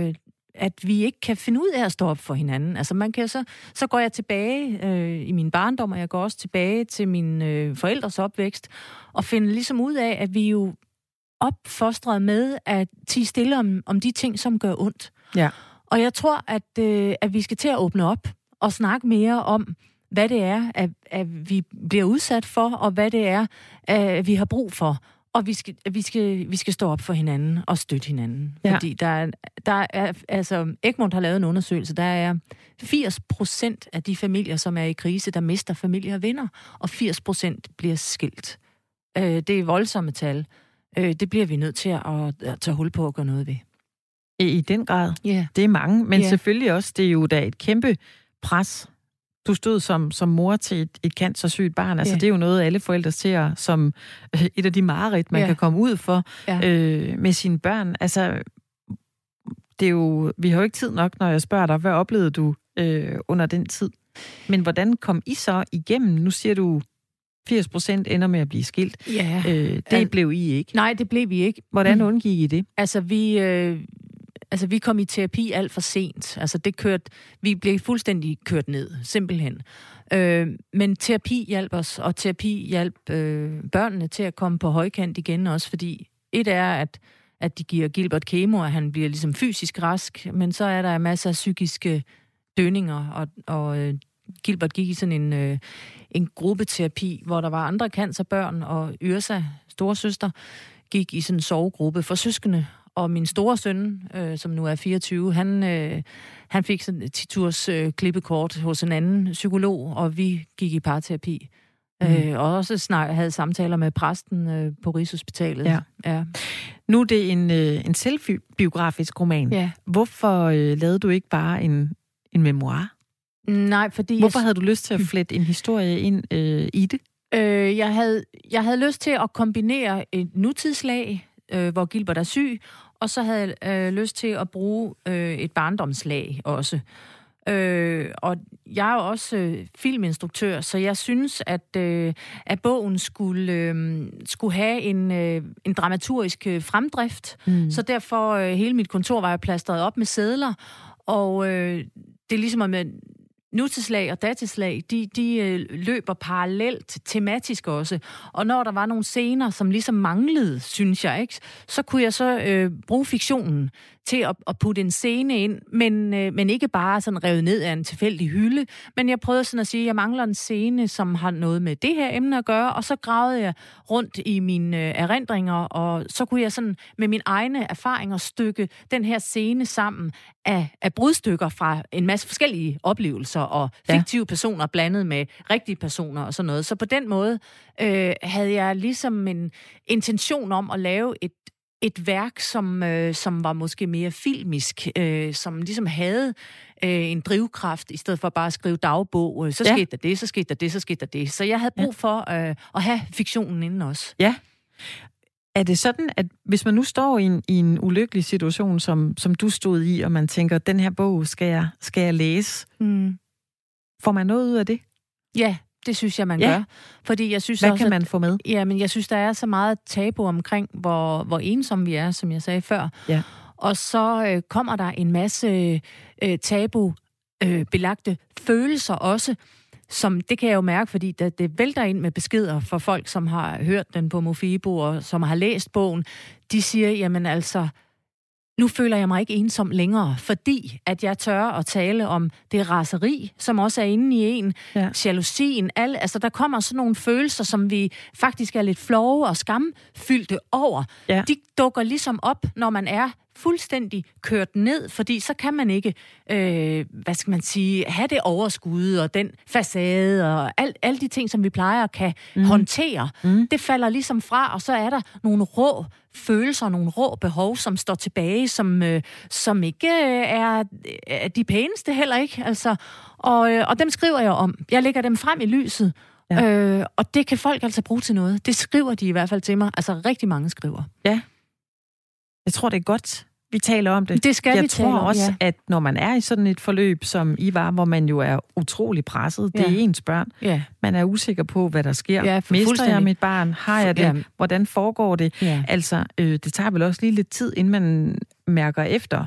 at vi ikke kan finde ud af at stå op for hinanden. Altså man kan så går jeg tilbage i min barndom, og jeg går også tilbage til mine forældres opvækst, og finder ligesom ud af, at vi jo opfostret med at tie stille om de ting, som gør ondt. Ja. Og jeg tror, at vi skal til at åbne op og snakke mere om, hvad det er, at vi bliver udsat for, og hvad det er, at vi har brug for. Og vi skal stå op for hinanden og støtte hinanden. Ja. Fordi der er, altså Egmont har lavet en undersøgelse, der er 80% af de familier, som er i krise, der mister familie og venner, og 80% bliver skilt. Det er voldsomme tal. Det bliver vi nødt til at tage hul på og gøre noget ved. I den grad. Yeah. Det er mange, men selvfølgelig også, det er jo da et kæmpe pres. Du stod som mor til et cancersygt barn. Altså, det er jo noget, alle forældre ser som et af de mareridt, man kan komme ud for med sine børn. Altså, det er jo, vi har jo ikke tid nok, når jeg spørger dig, hvad oplevede du under den tid? Men hvordan kom I så igennem? Nu siger du, 80% ender med at blive skilt. Ja. Det blev I ikke. Nej, det blev vi ikke. Hvordan undgik I det? Altså, vi kom i terapi alt for sent. Altså, vi blev fuldstændig kørt ned, simpelthen. Men terapi hjalp os, og terapi hjalp børnene til at komme på højkant igen også, fordi et er, at de giver Gilbert kemo, at han bliver ligesom fysisk rask, men så er der masser af psykiske dønninger, og Gilbert gik i sådan en gruppeterapi, hvor der var andre cancerbørn, og Yrsa, storesøster, gik i sådan en sovegruppe for søskende. Og min store søn, som nu er 24, han fik sådan et 10-turs klippekort hos en anden psykolog, og vi gik i parterapi. Og også havde samtaler med præsten på Rigshospitalet. Ja. Nu er det en selvbiografisk roman. Ja. Hvorfor lavede du ikke bare en memoir? Nej, fordi... Hvorfor havde du lyst til at flette en historie ind i det? Jeg havde lyst til at kombinere et nutidslag, hvor Gilbert er syg, og så havde jeg lyst til at bruge et barndomslag også. Og jeg er jo også filminstruktør, så jeg synes, at bogen skulle have en dramaturgisk fremdrift. Så derfor hele mit kontor var jeg plastret op med sedler, og det er ligesom med nutidslag og datislag, de løber parallelt, tematisk også. Og når der var nogle scener, som ligesom manglede, synes jeg, ikke, så kunne jeg så bruge fiktionen til at putte en scene ind, men ikke bare sådan revet ned af en tilfældig hylde. Men jeg prøvede sådan at sige, at jeg mangler en scene, som har noget med det her emne at gøre, og så gravede jeg rundt i mine erindringer, og så kunne jeg sådan med mine egne erfaringer stykke den her scene sammen af brudstykker fra en masse forskellige oplevelser og fiktive personer blandet med rigtige personer og sådan noget. Så på den måde havde jeg ligesom en intention om at lave et værk, som var måske mere filmisk, som ligesom havde en drivkraft, i stedet for bare at skrive dagbog. Så skete der det, så skete der det, så skete der det. Så jeg havde brug for at have fiktionen inden også. Ja. Er det sådan, at hvis man nu står i en ulykkelig situation, som du stod i, og man tænker, den her bog skal jeg læse, får man noget ud af det? Ja, det synes jeg, man gør. Fordi jeg synes Hvad også, kan man få med? Men jeg synes, der er så meget tabu omkring, hvor ensomme vi er, som jeg sagde før. Ja. Og så kommer der en masse tabu-belagte følelser også, som det kan jeg jo mærke, fordi det vælter ind med beskeder fra folk, som har hørt den på Mofibo, og som har læst bogen. De siger, jamen altså, nu føler jeg mig ikke ensom længere, fordi at jeg tør at tale om det raseri, som også er inde i en, jalousien, altså der kommer sådan nogle følelser, som vi faktisk er lidt flove og skamfyldte over. Ja. De dukker ligesom op, når man er fuldstændig kørt ned, fordi så kan man ikke, have det overskud og den facade og alle de ting, som vi plejer at kan håndtere. Det falder ligesom fra, og så er der nogle rå følelser, nogle rå behov, som står tilbage, som ikke er de pæneste heller ikke. Altså, og dem skriver jeg om. Jeg lægger dem frem i lyset, og det kan folk altså bruge til noget. Det skriver de i hvert fald til mig. Altså rigtig mange skriver. Ja. Jeg tror, det er godt, vi taler om det. Det skal vi tale om, Jeg tror også, at når man er i sådan et forløb, som I var, hvor man jo er utrolig presset, det er ens børn. Ja. Man er usikker på, hvad der sker. Ja, mister jeg mit barn? Har jeg det? Ja. Hvordan foregår det? Ja. Altså, det tager vel også lige lidt tid, inden man mærker efter.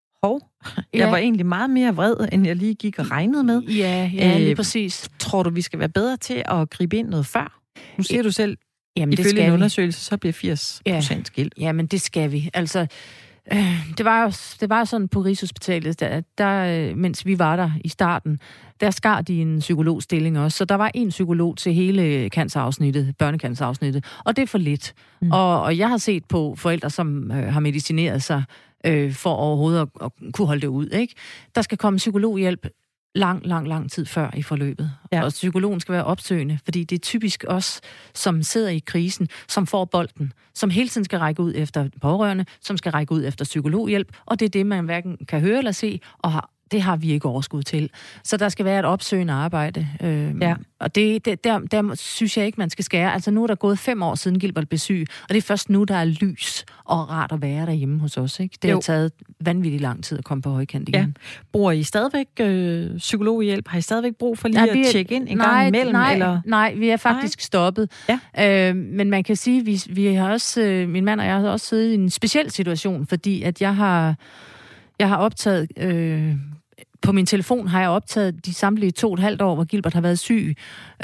Jeg var egentlig meget mere vred, end jeg lige gik og regnede med. Ja, lige præcis. Tror du, vi skal være bedre til at gribe ind noget før? Nu siger du selv, ifølge en undersøgelse, så bliver 80% skilt. Jamen, det skal vi. Altså, det var jo sådan på Rigshospitalet, der, mens vi var der i starten, der skar de en psykologstilling også. Så der var en psykolog til hele cancerafsnittet, børnecancerafsnittet, og det er for lidt. Og jeg har set på forældre, som har medicineret sig for overhovedet at kunne holde det ud. Ikke? Der skal komme psykologhjælp lang tid før i forløbet. Ja. Og psykologen skal være opsøgende, fordi det er typisk os, som sidder i krisen, som får bolden, som hele tiden skal række ud efter pårørende, som skal række ud efter psykologhjælp, og det er det, man hverken kan høre eller se, og det har vi ikke overskud til. Så der skal være et opsøgende arbejde. Og der synes jeg ikke, man skal skære. Altså nu er der gået 5 år siden Gilbert blev syg, og det er først nu, der er lys og rart at være derhjemme hos os. Ikke? Det har taget vanvittigt lang tid at komme på højkant igen. Ja. Bruger I stadigvæk psykologhjælp? Har I stadigvæk brug for lige at tjekke ind en gang imellem? Nej, vi er faktisk stoppet. Ja. Men man kan sige, vi har også, min mand og jeg har også siddet i en speciel situation, fordi at jeg har optaget... på min telefon har jeg optaget de samtlige 2,5 år, hvor Gilbert har været syg,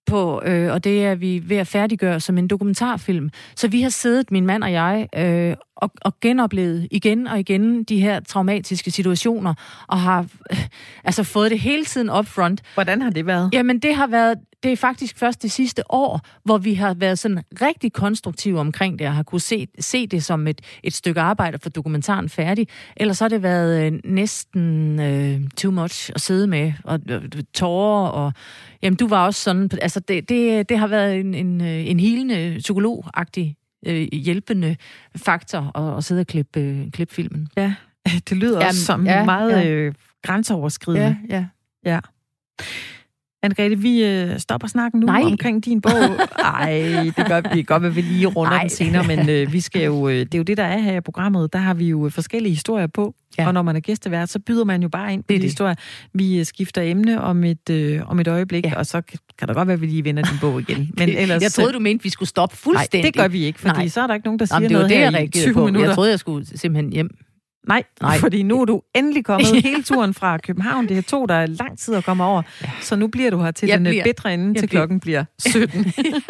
på, og det er vi ved at færdiggøre som en dokumentarfilm. Så vi har siddet, min mand og jeg, og genoplevet igen og igen de her traumatiske situationer, og har fået det hele tiden up front. Hvordan har det været? Jamen, det er faktisk først det sidste år, hvor vi har været sådan rigtig konstruktive omkring det, og har kunne se det som et stykke arbejde for dokumentaren færdig. Ellers så har det været næsten too much at sidde med, og tårer, og jamen, du var også sådan, altså det har været en helende, psykologagtig hjælpende faktor at sidde og klippe filmen. Ja, det lyder også som meget grænseoverskridende. Ja. Anne-Grethe, vi stopper snakken nu omkring din bog. Ej, det gør vi godt, at vi lige runder den senere, men vi skal jo, det er jo det, der er her i programmet. Der har vi jo forskellige historier på, og når man er gæstevært, så byder man jo bare ind på de historier. Vi skifter emne om et øjeblik, og så kan der godt være, at vi lige vender din bog igen. Men ellers, jeg troede, du mente, vi skulle stoppe fuldstændig. Nej, det gør vi ikke, fordi så er der ikke nogen, der siger noget her i 20 minutter. Jeg troede, jeg skulle simpelthen hjem. Nej, fordi nu er du endelig kommet hele turen fra København. Det tog dig lang tid at komme over, så nu bliver du her til den bitre ende, til klokken bliver 17.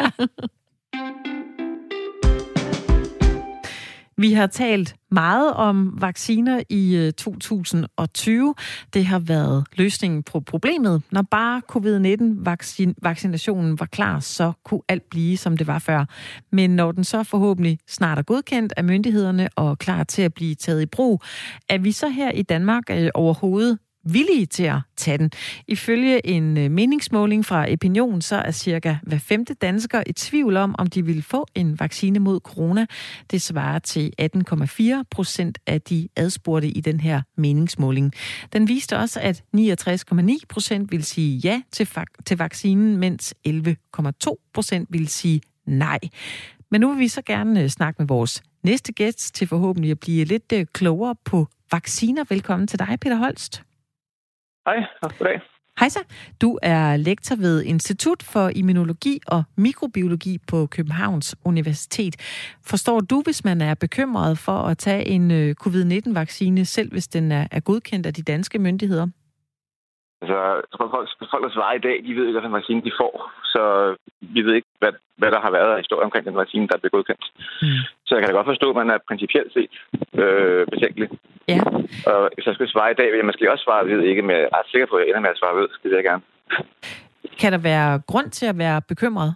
Vi har talt meget om vacciner i 2020. Det har været løsningen på problemet. Når bare covid-19-vaccinationen var klar, så kunne alt blive, som det var før. Men når den så forhåbentlig snart er godkendt af myndighederne og klar til at blive taget i brug, er vi så her i Danmark overhovedet villige til at tage den. Ifølge en meningsmåling fra Epinion, så er cirka hver 5. dansker i tvivl om de vil få en vaccine mod corona. Det svarer til 18,4% af de adspurgte i den her meningsmåling. Den viste også, at 69,9% vil sige ja til vaccinen, mens 11,2% vil sige nej. Men nu vil vi så gerne snakke med vores næste gæst til forhåbentlig at blive lidt klogere på vacciner. Velkommen til dig, Peter Holst. Hej, goddag. Hej så. Du er lektor ved Institut for Immunologi og Mikrobiologi på Københavns Universitet. Forstår du, hvis man er bekymret for at tage en covid-19-vaccine, selv hvis den er godkendt af de danske myndigheder? Altså, folk, der svarer i dag, de ved ikke, hvilken vaccine de får. Så vi ved ikke, hvad der har været af historie omkring den vaccine, der er blevet godkendt. Så jeg kan da godt forstå, at man er principielt set betænkelig. Ja. Og hvis jeg skulle svare i dag, vil jeg måske også svare ved ikke, men jeg er ret sikker på, at jeg ender med at svare ved. Det vil jeg gerne. Kan der være grund til at være bekymret?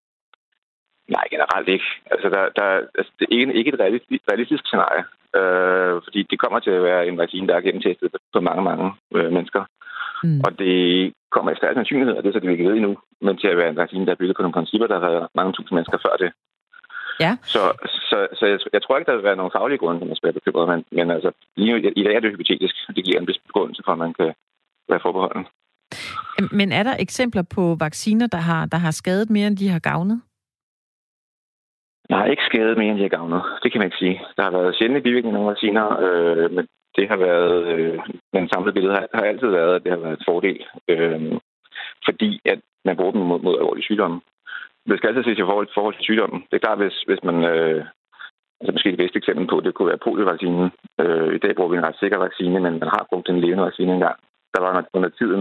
Nej, generelt ikke. Altså, det er ikke et realistisk scenarie. Fordi det kommer til at være en vaccine, der er gennemtestet på mange mennesker. Og det kommer i stærk sandsynlighed, og det er så det, vi ikke ved endnu, men til at være en vaccine, der er bygget på nogle principper, der har været mange tusind mennesker før det. Ja. Så jeg tror ikke, der vil være nogen faglige grunde, som man skal være bekymret, men altså, lige i dag er det hypotetisk. Det giver en vis begrundelse for, at man kan være forbeholden. Men er der eksempler på vacciner, der har skadet mere, end de har gavnet? Jeg har ikke skadet mere, end de har gavnet. Det kan man ikke sige. Der har været sjældne bivirkninger af nogle vacciner, men det har været, den samlede billede har altid været, at det har været et fordel, fordi at man bruger dem mod alvorlige sygdomme. Det skal altid ses i forhold til sygdommen. Det er klart, hvis man, altså måske det bedste eksempel på, det kunne være poliovaccinen. I dag bruger vi en ret sikker vaccine, men man har brugt en levende vaccine engang. Der var under tiden,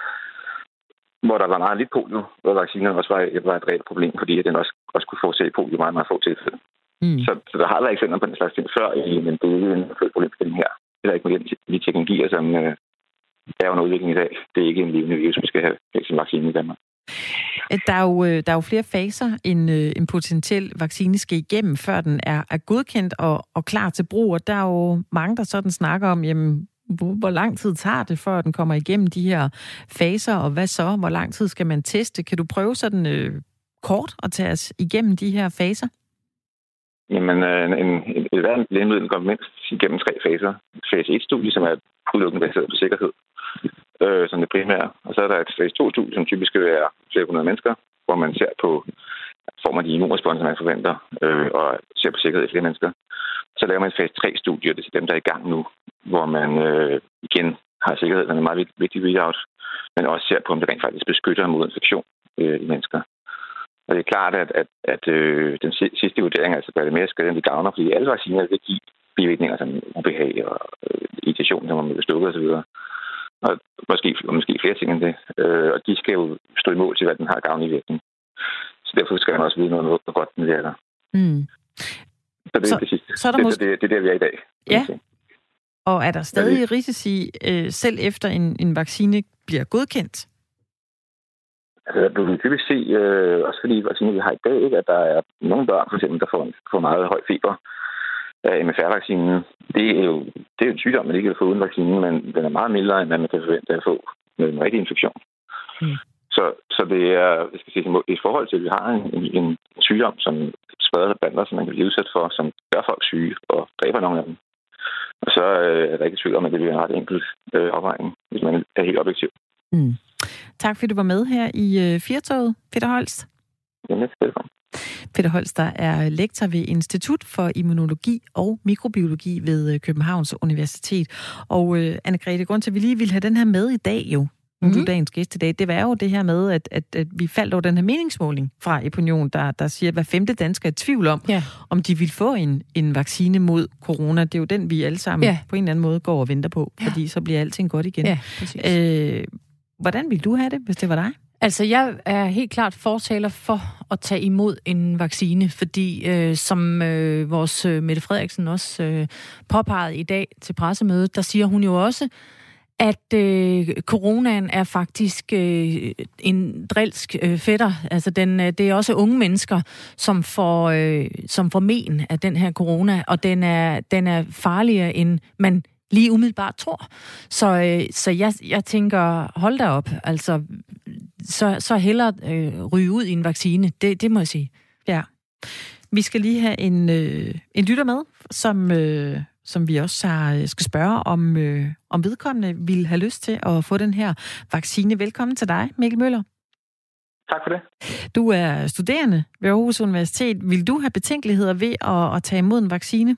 hvor der var meget lidt polio, hvor vaccinen også var et reelt problem, fordi den også kunne forårsage polio meget, meget få tilfælde. Så der har været eksempler på den slags ting før, men det er ikke en problemstilling her. Det er ikke med de teknologier, som er under udvikling i dag. Det er ikke en levende virus, vi skal have som vaccine i Danmark. Der er jo flere faser, en potentiel vaccine skal igennem, før den er godkendt og klar til brug. Og der er jo mange, der sådan snakker om, jamen, hvor lang tid tager det, før den kommer igennem de her faser, og hvad så? Hvor lang tid skal man teste? Kan du prøve sådan kort at tage os igennem de her faser? Jamen, hver lægemiddel går mindst igennem 3 faser. Fase 1-studie, som er udelukkende baseret på sikkerhed, som det primære. Og så er der et fase 2-studie, som typisk skal være flere 100 mennesker, hvor man ser på, former de immunresponser, man forventer, og ser på sikkerhed i flere mennesker. Så laver man et fase 3-studie, det er dem, der er i gang nu, hvor man igen har sikkerhed, den er en meget vigtig readout, men også ser på, om det rent faktisk beskytter mod infektion i mennesker. Og det er klart, at den sidste vurdering, altså gør det mere skade, end det gavner, fordi alle vacciner vil give bivirkninger som ubehag og irritation, som man vil slukke osv. og måske flere ting end det. Og de skal jo stå imod til, hvad den har gavnlig virkning. Så derfor skal man også vide noget, hvor godt den virker. Mm. Så det er det sidste. Så er der det er der, vi er i dag. Ja. Og er der stadig risici, selv efter en vaccine bliver godkendt? Altså, du kan typisk se, også fordi vacciner, vi har i dag, ikke, at der er nogle børn, for eksempel, der får meget høj feber af MFR-vaccinen. Det er jo en sygdom, man ikke kan få uden vaccinen, men den er meget mildere, end man kan forvente at få med en rigtig infektion. Mm. Så det er, i forhold til, at vi har en sygdom, som spreder sig blandt os, som man kan blive udsat for, som gør folk syge og dræber nogle af dem. Og så er der ikke tvivl om, at det bliver en ret enkelt afvejning, hvis man er helt objektiv. Mm. Tak fordi du var med her i Firtoget, Peter Holst. Jamen, velkommen. Peter Holst, der er lektor ved Institut for Immunologi og Mikrobiologi ved Københavns Universitet. Og Anne-Grethe, grund til, at vi lige ville have den her med i dag jo, nu er du dagens gæst i dag, det var jo det her med, at vi faldt over den her meningsmåling fra Epinion, der siger, at hver 5. dansker er i tvivl om, om de vil få en vaccine mod corona. Det er jo den, vi alle sammen på en eller anden måde går og venter på, fordi så bliver alting godt igen. Ja, præcis. Hvordan ville du have det, hvis det var dig? Altså, jeg er helt klart fortaler for at tage imod en vaccine, fordi som vores Mette Frederiksen også påpegede i dag til pressemødet, der siger hun jo også, at coronaen er faktisk en drilsk fætter. Altså, det er også unge mennesker, som får men af den her corona, og den er farligere, end man lige umiddelbart tror. Så jeg tænker, hold da op. Altså, så hellere ryge ud i en vaccine. Det må jeg sige. Ja. Vi skal lige have en lytter med, som vi også skal spørge, om vedkommende vil have lyst til at få den her vaccine. Velkommen til dig, Mikkel Møller. Tak for det. Du er studerende ved Aarhus Universitet. Vil du have betænkeligheder ved at tage imod en vaccine?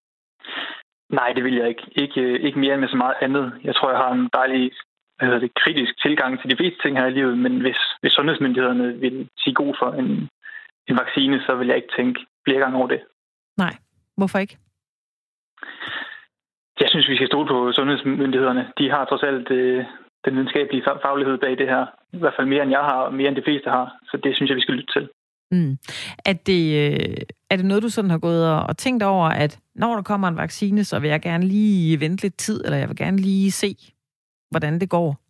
Nej, det vil jeg ikke. Ikke mere end med så meget andet. Jeg tror, jeg har en dejlig kritisk tilgang til de fleste ting her i livet, men hvis sundhedsmyndighederne vil sige god for en vaccine, så vil jeg ikke tænke flere gange over det. Nej, hvorfor ikke? Jeg synes, vi skal stole på sundhedsmyndighederne. De har trods alt den videnskabelige faglighed bag det her. I hvert fald mere end jeg har, og mere end de fleste har. Så det synes jeg, vi skal lytte til. Mm. Er det noget, du sådan har gået og tænkt over, at når der kommer en vaccine, så vil jeg gerne lige vente lidt tid, eller jeg vil gerne lige se, hvordan det går?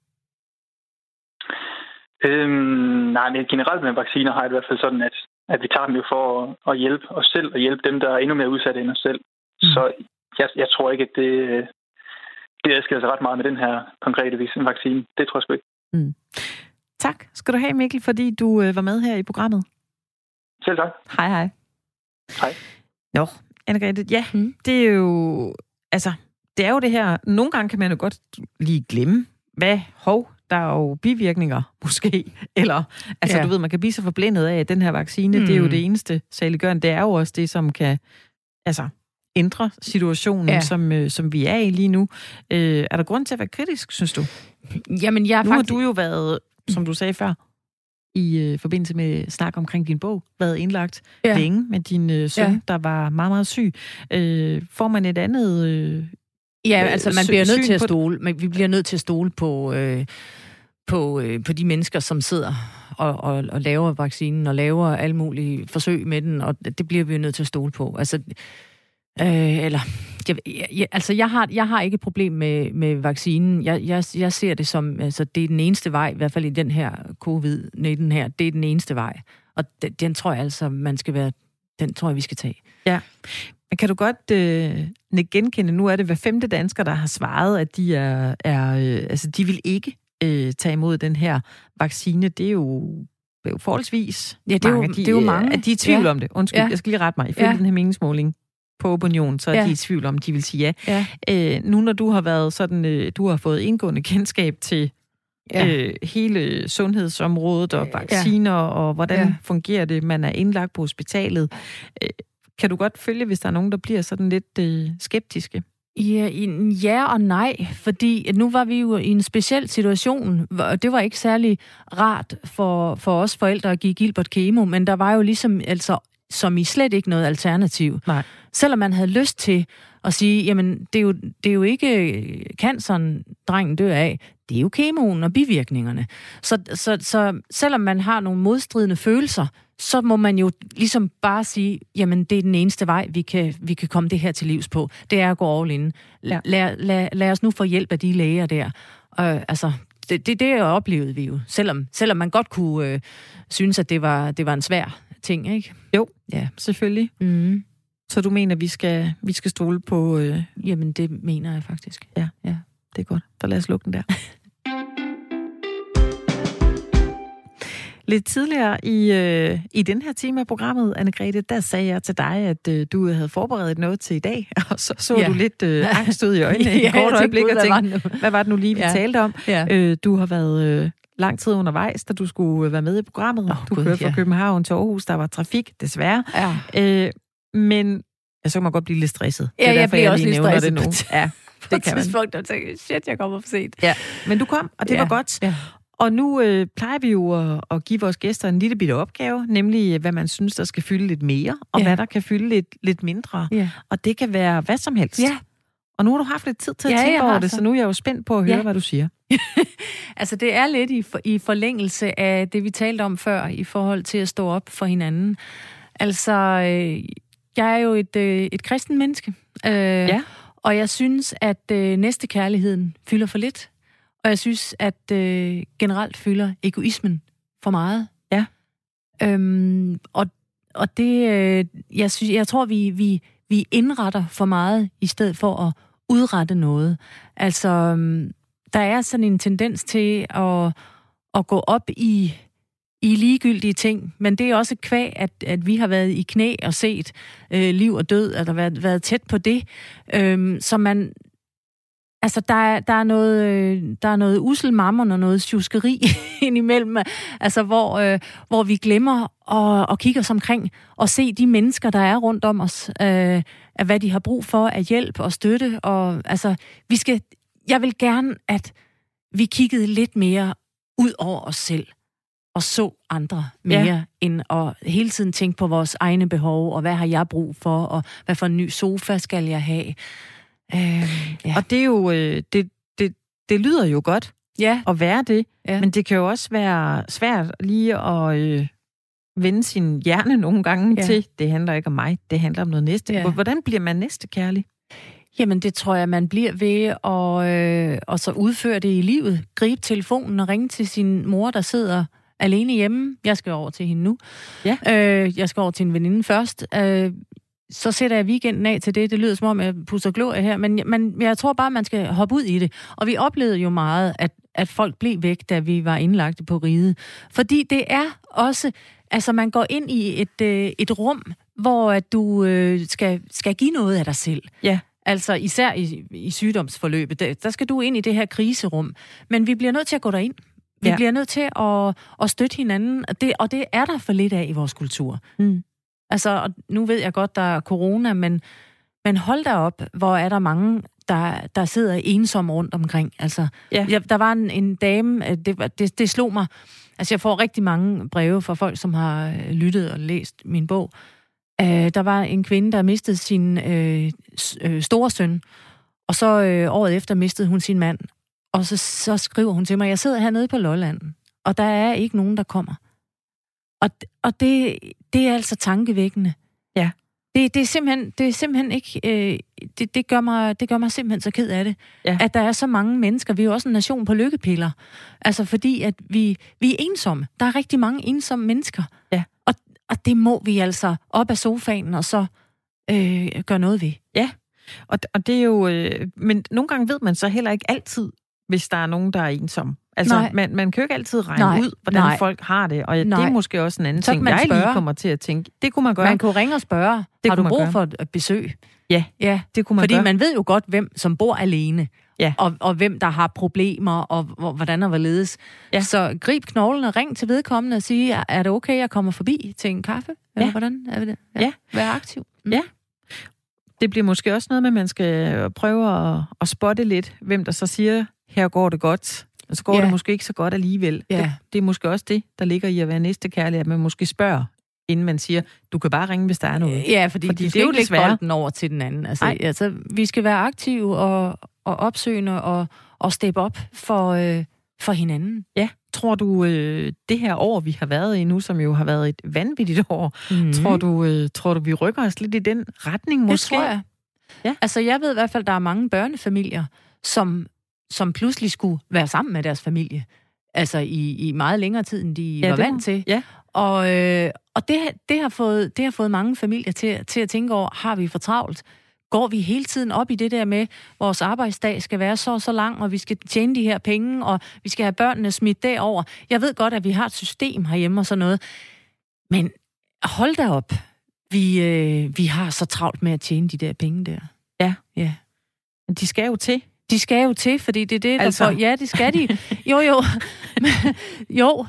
Nej, men generelt med vacciner har jeg i hvert fald sådan, at vi tager dem jo for at hjælpe os selv, og hjælpe dem, der er endnu mere udsatte end os selv. Mm. Så jeg tror ikke, at det adskiller sig ret meget med den her konkrete vaccine. Det tror jeg sgu ikke. Mm. Tak skal du have, Mikkel, fordi du var med her i programmet. Selv tak. Hej, hej. Hej. Nå, Anne-Grethe, det er jo... Altså, det er jo det her... Nogle gange kan man jo godt lige glemme, der er jo bivirkninger, måske. Eller, du ved, man kan blive så forblændet af, at den her vaccine, det er jo det eneste saliggørende. Det er jo også det, som kan ændre situationen, som vi er i lige nu. Er der grund til at være kritisk, synes du? Jamen, nu har du jo været, som du sagde før, i forbindelse med snak omkring din bog, været indlagt længe med din søn, der var meget, meget syg. Får man et andet... altså man bliver nødt til at stole, men vi bliver nødt til at stole på de mennesker, som sidder og laver vaccinen, og laver alle mulige forsøg med den, og det bliver vi jo nødt til at stole på. Altså, jeg har ikke et problem med vaccinen. Jeg ser det som, altså det er den eneste vej, i hvert fald i den her covid-19 her, det er den eneste vej. Og den tror jeg altså, den tror jeg, vi skal tage. Ja. Men kan du godt genkende, nu er det hver 5. dansker, der har svaret, at de vil ikke tage imod den her vaccine. Det er jo forholdsvis mange. Det er jo mange. At de er i tvivl om det. Undskyld, jeg skal lige rette mig. Ifølge den her meningsmåling på Opinion, så er de i tvivl om, de vil sige ja. Nu når du har været sådan, du har fået indgående kendskab til hele sundhedsområdet og vacciner, og hvordan fungerer det, man er indlagt på hospitalet. Kan du godt følge, hvis der er nogen, der bliver sådan lidt skeptiske? Ja og nej, fordi nu var vi jo i en speciel situation, og det var ikke særlig rart for os forældre at give Gilbert kemo, men der var jo ligesom, som i slet ikke noget alternativ. Nej. Selvom man havde lyst til at sige, jamen, det er jo ikke canceren, drengen dør af, det er jo kemoen og bivirkningerne. Så selvom man har nogle modstridende følelser, så må man jo ligesom bare sige, jamen det er den eneste vej, vi kan komme det her til livs på. Det er at gå all in. Lad os nu få hjælp af de læger der. Altså, det oplevede vi jo. Selvom man godt kunne synes, at det var en svær ting, ikke? Jo, ja, selvfølgelig. Mm. Så du mener, vi skal stole på... Jamen, det mener jeg faktisk. Ja, det er godt. Så lad os lukke den der. Lidt tidligere i den her time af programmet, Anne-Grethe, der sagde jeg til dig, at du havde forberedt noget til i dag, og så du lidt angst ud i øjnene i et kort øjeblik og tænkte, hvad var det nu lige, vi talte om? Ja. Du har været lang tid undervejs, da du skulle være med i programmet. Du kørte fra København til Aarhus, der var trafik, desværre. Ja. Men så kan man godt blive lidt stresset. Ja, jeg bliver også lidt stresset det nu. Ja, det kan man. På et tidspunkt, jeg kommer for sent. Ja, men du kom, og det var godt. Ja. Og nu plejer vi jo at give vores gæster en lille bitte opgave, nemlig hvad man synes, der skal fylde lidt mere, og hvad der kan fylde lidt mindre. Ja. Og det kan være hvad som helst. Ja. Og nu har du haft lidt tid til at tænke over det, så nu er jeg jo spændt på at høre, hvad du siger. Altså, det er lidt i forlængelse af det, vi talte om før, i forhold til at stå op for hinanden. Altså, jeg er jo et kristen menneske, og jeg synes, at næstekærligheden fylder for lidt. Og jeg synes, at generelt fylder egoismen for meget. Ja. Og det, jeg tror, vi indretter for meget, i stedet for at udrette noget. Altså, der er sådan en tendens til at gå op i ligegyldige ting, men det er også kvæg, at vi har været i knæ og set liv og død, eller været tæt på det, så man... Altså, der er noget usel mammon og noget sjuskeri indimellem, altså, hvor vi glemmer at kigge os omkring og se de mennesker, der er rundt om os, af hvad de har brug for af hjælp og støtte. Og, altså, jeg vil gerne, at vi kiggede lidt mere ud over os selv og så andre mere, end at hele tiden tænke på vores egne behov, og hvad har jeg brug for, og hvad for en ny sofa skal jeg have. Og det er jo det lyder jo godt at være det, men det kan jo også være svært lige at vende sin hjerne nogle gange til, det handler ikke om mig, det handler om noget næste. Hvordan bliver man næstekærlig? Jamen, det tror jeg, man bliver ved at så udføre det i livet. Gribe telefonen og ringe til sin mor, der sidder alene hjemme. Jeg skal over til hende nu. Ja. Jeg skal over til en veninde først. Så sætter jeg weekenden af til det. Det lyder som om, jeg pusser glorie her, men jeg tror bare, man skal hoppe ud i det. Og vi oplevede jo meget, at folk blev væk, da vi var indlagt på riget. Fordi det er også... Altså, man går ind i et rum, hvor at du skal give noget af dig selv. Ja. Altså, især i sygdomsforløbet. Der skal du ind i det her kriserum. Men vi bliver nødt til at gå derind. Vi bliver nødt til at støtte hinanden. Og det er der for lidt af i vores kultur. Mm. Altså, nu ved jeg godt, der er corona, men hold da op, hvor er der mange, der sidder ensomme rundt omkring. Altså, der var en dame, det slog mig. Altså, jeg får rigtig mange breve fra folk, som har lyttet og læst min bog. Der var en kvinde, der mistede sin store søn, og så året efter mistede hun sin mand. Og så skriver hun til mig, jeg sidder hernede på Lolland, og der er ikke nogen, der kommer. Og det er altså tankevækkende. Ja. Det er simpelthen ikke... Det gør mig simpelthen så ked af det. Ja. At der er så mange mennesker. Vi er jo også en nation på lykkepiller. Altså fordi, at vi er ensomme. Der er rigtig mange ensomme mennesker. Ja. Og det må vi altså op af sofaen og så gøre noget ved. Ja, og det er jo... men nogle gange ved man så heller ikke altid, hvis der er nogen, der er ensomme. Altså, man kan jo ikke altid regne ud, hvordan folk har det, og det er måske også en anden ting, jeg lige kommer til at tænke. Det kunne man gøre. Man kunne ringe og spørge, har du brug for et besøg? Ja, det kunne man Fordi gøre. Man ved jo godt, hvem som bor alene, og hvem der har problemer, og hvordan og hvorledes. Ja. Så grib knoglen og ring til vedkommende og sige, er det okay, jeg kommer forbi til en kaffe? Eller hvordan er det? Ja. Vær aktiv. Mm. Ja. Det bliver måske også noget med, at man skal prøve at spotte lidt, hvem der så siger, her går det godt. Og så går det måske ikke så godt alligevel. Ja. Det er måske også det, der ligger i at være næstekærlig, at man måske spørger inden man siger, du kan bare ringe, hvis der er noget. Ja, fordi det er jo ikke bolden over til den anden. Altså, vi skal være aktive og opsøgende og steppe op for hinanden. Ja. Tror du, det her år, vi har været i nu, som jo har været et vanvittigt år, tror du, vi rykker os lidt i den retning måske? Det tror jeg. Ja. Altså, jeg ved i hvert fald, der er mange børnefamilier, som pludselig skulle være sammen med deres familie. Altså i meget længere tid, end de var vant til. Ja. Og det har fået mange familier til at tænke over, har vi for travlt? Går vi hele tiden op i det der med, vores arbejdsdag skal være så lang, og vi skal tjene de her penge, og vi skal have børnene smidt derover. Jeg ved godt, at vi har et system herhjemme og sådan noget, men hold da op. Vi har så travlt med at tjene de der penge der. Ja. Men de skal jo til. De skal jo til, fordi det er det, der får... Ja, det skal de. Jo,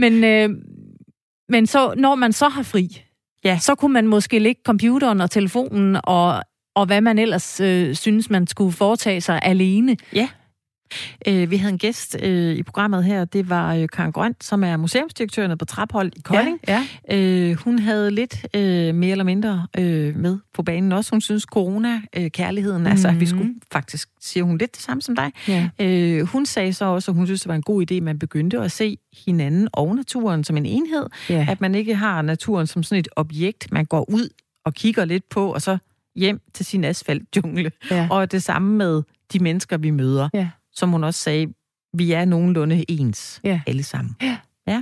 men så, når man så har fri, så kunne man måske lægge computeren og telefonen og hvad man ellers synes, man skulle foretage sig alene. Ja. Vi havde en gæst i programmet her, det var Karen Grønt, som er museumsdirektøren på Traphold i Kolding. Ja. Hun havde lidt mere eller mindre med på banen også. Hun synes corona-kærligheden, altså vi skulle faktisk, siger hun lidt det samme som dig. Ja. Hun sagde så også, at hun synes, det var en god idé, at man begyndte at se hinanden og naturen som en enhed. Ja. At man ikke har naturen som sådan et objekt, man går ud og kigger lidt på, og så hjem til sin asfaltjungle. Ja. Og det samme med de mennesker, vi møder. Ja. Som hun også sagde, vi er nogenlunde ens, alle sammen. Ja.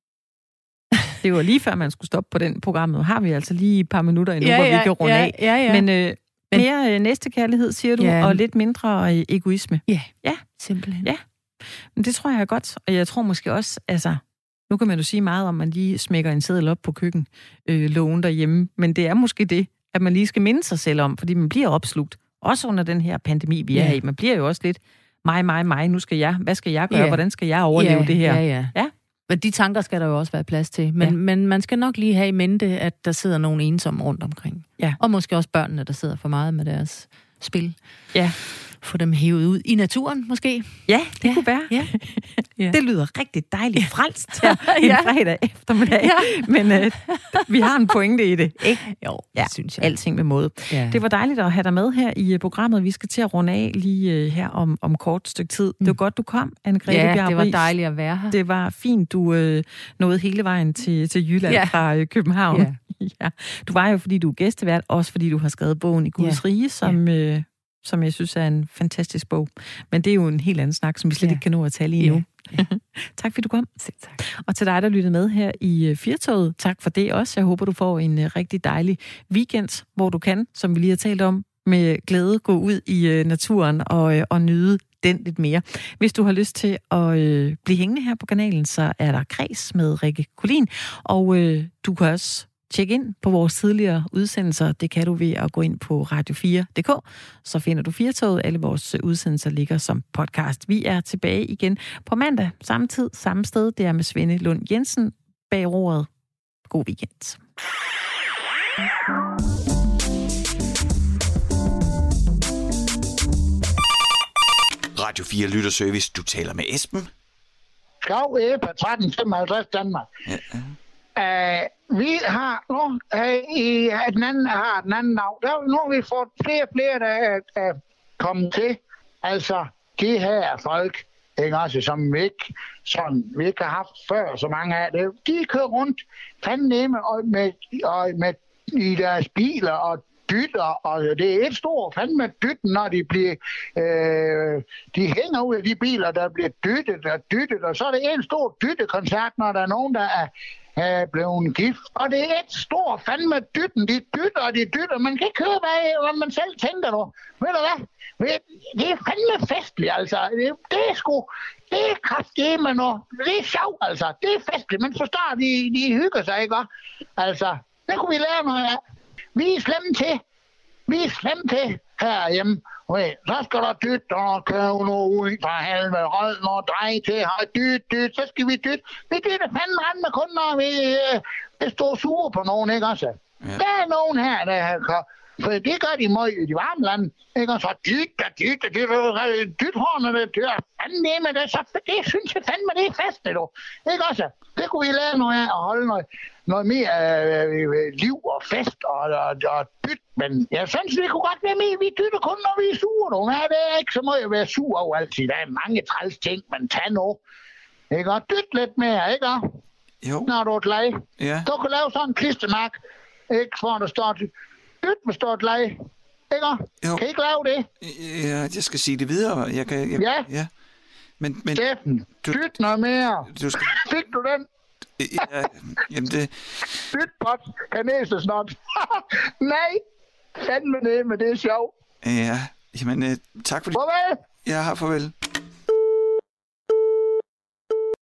Det var lige før, man skulle stoppe på den program. Nu har vi altså lige et par minutter endnu, hvor vi kan runde af. Ja. Men mere næstekærlighed, siger du, og lidt mindre egoisme. Ja, simpelthen. Ja, men det tror jeg er godt. Og jeg tror måske også, altså, nu kan man jo sige meget om, man lige smækker en seddel op på køkkenlågen derhjemme. Men det er måske det, at man lige skal minde sig selv om, fordi man bliver opslugt. Også under den her pandemi, vi er i. Man bliver jo også lidt mig, nu skal jeg. Hvad skal jeg gøre? Hvordan skal jeg overleve det her? Ja. Men de tanker skal der jo også være plads til. Men man skal nok lige have i mente, at der sidder nogen ensomme rundt omkring. Ja. Og måske også børnene, der sidder for meget med deres spil. Ja. Få dem hævet ud i naturen, måske. Ja, det kunne være. Ja. Det lyder rigtig dejligt frelst her en fredag eftermiddag. Ja. Men vi har en pointe i det, ikke? Jo, det synes jeg. Alting med måde. Ja. Det var dejligt at have dig med her i programmet. Vi skal til at runde af lige her om kort stykke tid. Det var godt, du kom, Anne-Grethe Bjarup Riis. Ja, det var dejligt at være her. Det var fint, du nåede hele vejen til Jylland fra København. Ja. Du var jo, fordi du er gæstevært, også fordi du har skrevet bogen I Guds Rige, som jeg synes er en fantastisk bog. Men det er jo en helt anden snak, som vi slet ikke kan nå at tale i nu. Ja. Tak fordi du kom. Tak. Og til dig, der lyttede med her i Firtoget, tak for det også. Jeg håber, du får en rigtig dejlig weekend, hvor du kan, som vi lige har talt om, med glæde gå ud i naturen og nyde den lidt mere. Hvis du har lyst til at blive hængende her på kanalen, så er der Kreds med Rikke Kulin, og du kan også tjek ind på vores tidligere udsendelser. Det kan du ved at gå ind på radio4.dk. Så finder du Firtoget. Alle vores udsendelser ligger som podcast. Vi er tilbage igen på mandag. Samme tid, samme sted. Det er med Svende Lund Jensen bag roret. God weekend. Radio 4 Lytterservice. Du taler med Esben. Skav Epa 1355 Danmark. Ja. Vi har nu, den anden navn. Nu har vi fået flere der er kommet til. Altså, de her folk, ikke også, som vi ikke har haft før, så mange af det. De kører rundt fandme med i deres biler og dytter, og det er et stort fandme dytten, når de bliver, de hænger ud af de biler, der bliver dyttet, og så er det en stor dyttekoncert, når der er nogen, der er blevet gift. Og det er et stort fandme dytten. De dytter. Man kan ikke høre, hvad man selv tænker nu. Ved du hvad? Det er fandme festligt, altså. Det er sgu... Det er kraftedeme noget. Det er sjovt, altså. Det er festligt. Man forstår, de hygger sig, ikke? Altså, det kunne vi lære noget af. Vi er slemme til herhjemme. Okay, så skal der dytte og købe noget ud fra halve hold, og drej til, og dyt, så skal vi dytte. Vi dytter fandme ret med kun, når vi står sure på nogen, ikke også? Ja. Der er nogen her, der har... For det gør de meget i de varme lande, ikke? Og så dytter, dythårene, det dør fandme med det, så det synes jeg fandme, det er festligt, du. Ikke også? Det kunne vi lære noget af at holde noget mere liv og fest og byt. Men jeg synes, vi kunne godt være med. Vi dytter kun, når vi er sure, du. Ja, det er ikke så meget at være sur over altid. Der er mange træls ting, man tager nu. Ikke? Og dyt lidt mere, ikke? Jo. Når du er et leje. Ja. Du kan lave sådan en klistermærk, ikke? For der står dyt med stort leje. Ikke? Jo. Kan I ikke lave det? Ja, jeg skal sige det videre. Ja. Men Steffen, dyt noget mere. Du skal... Fik du den? Ja, jamen det... Dyt pot, kanæsesnot. Nej, fandme det, men det er sjovt. Ja, jamen tak fordi... Farvel. Ja, farvel.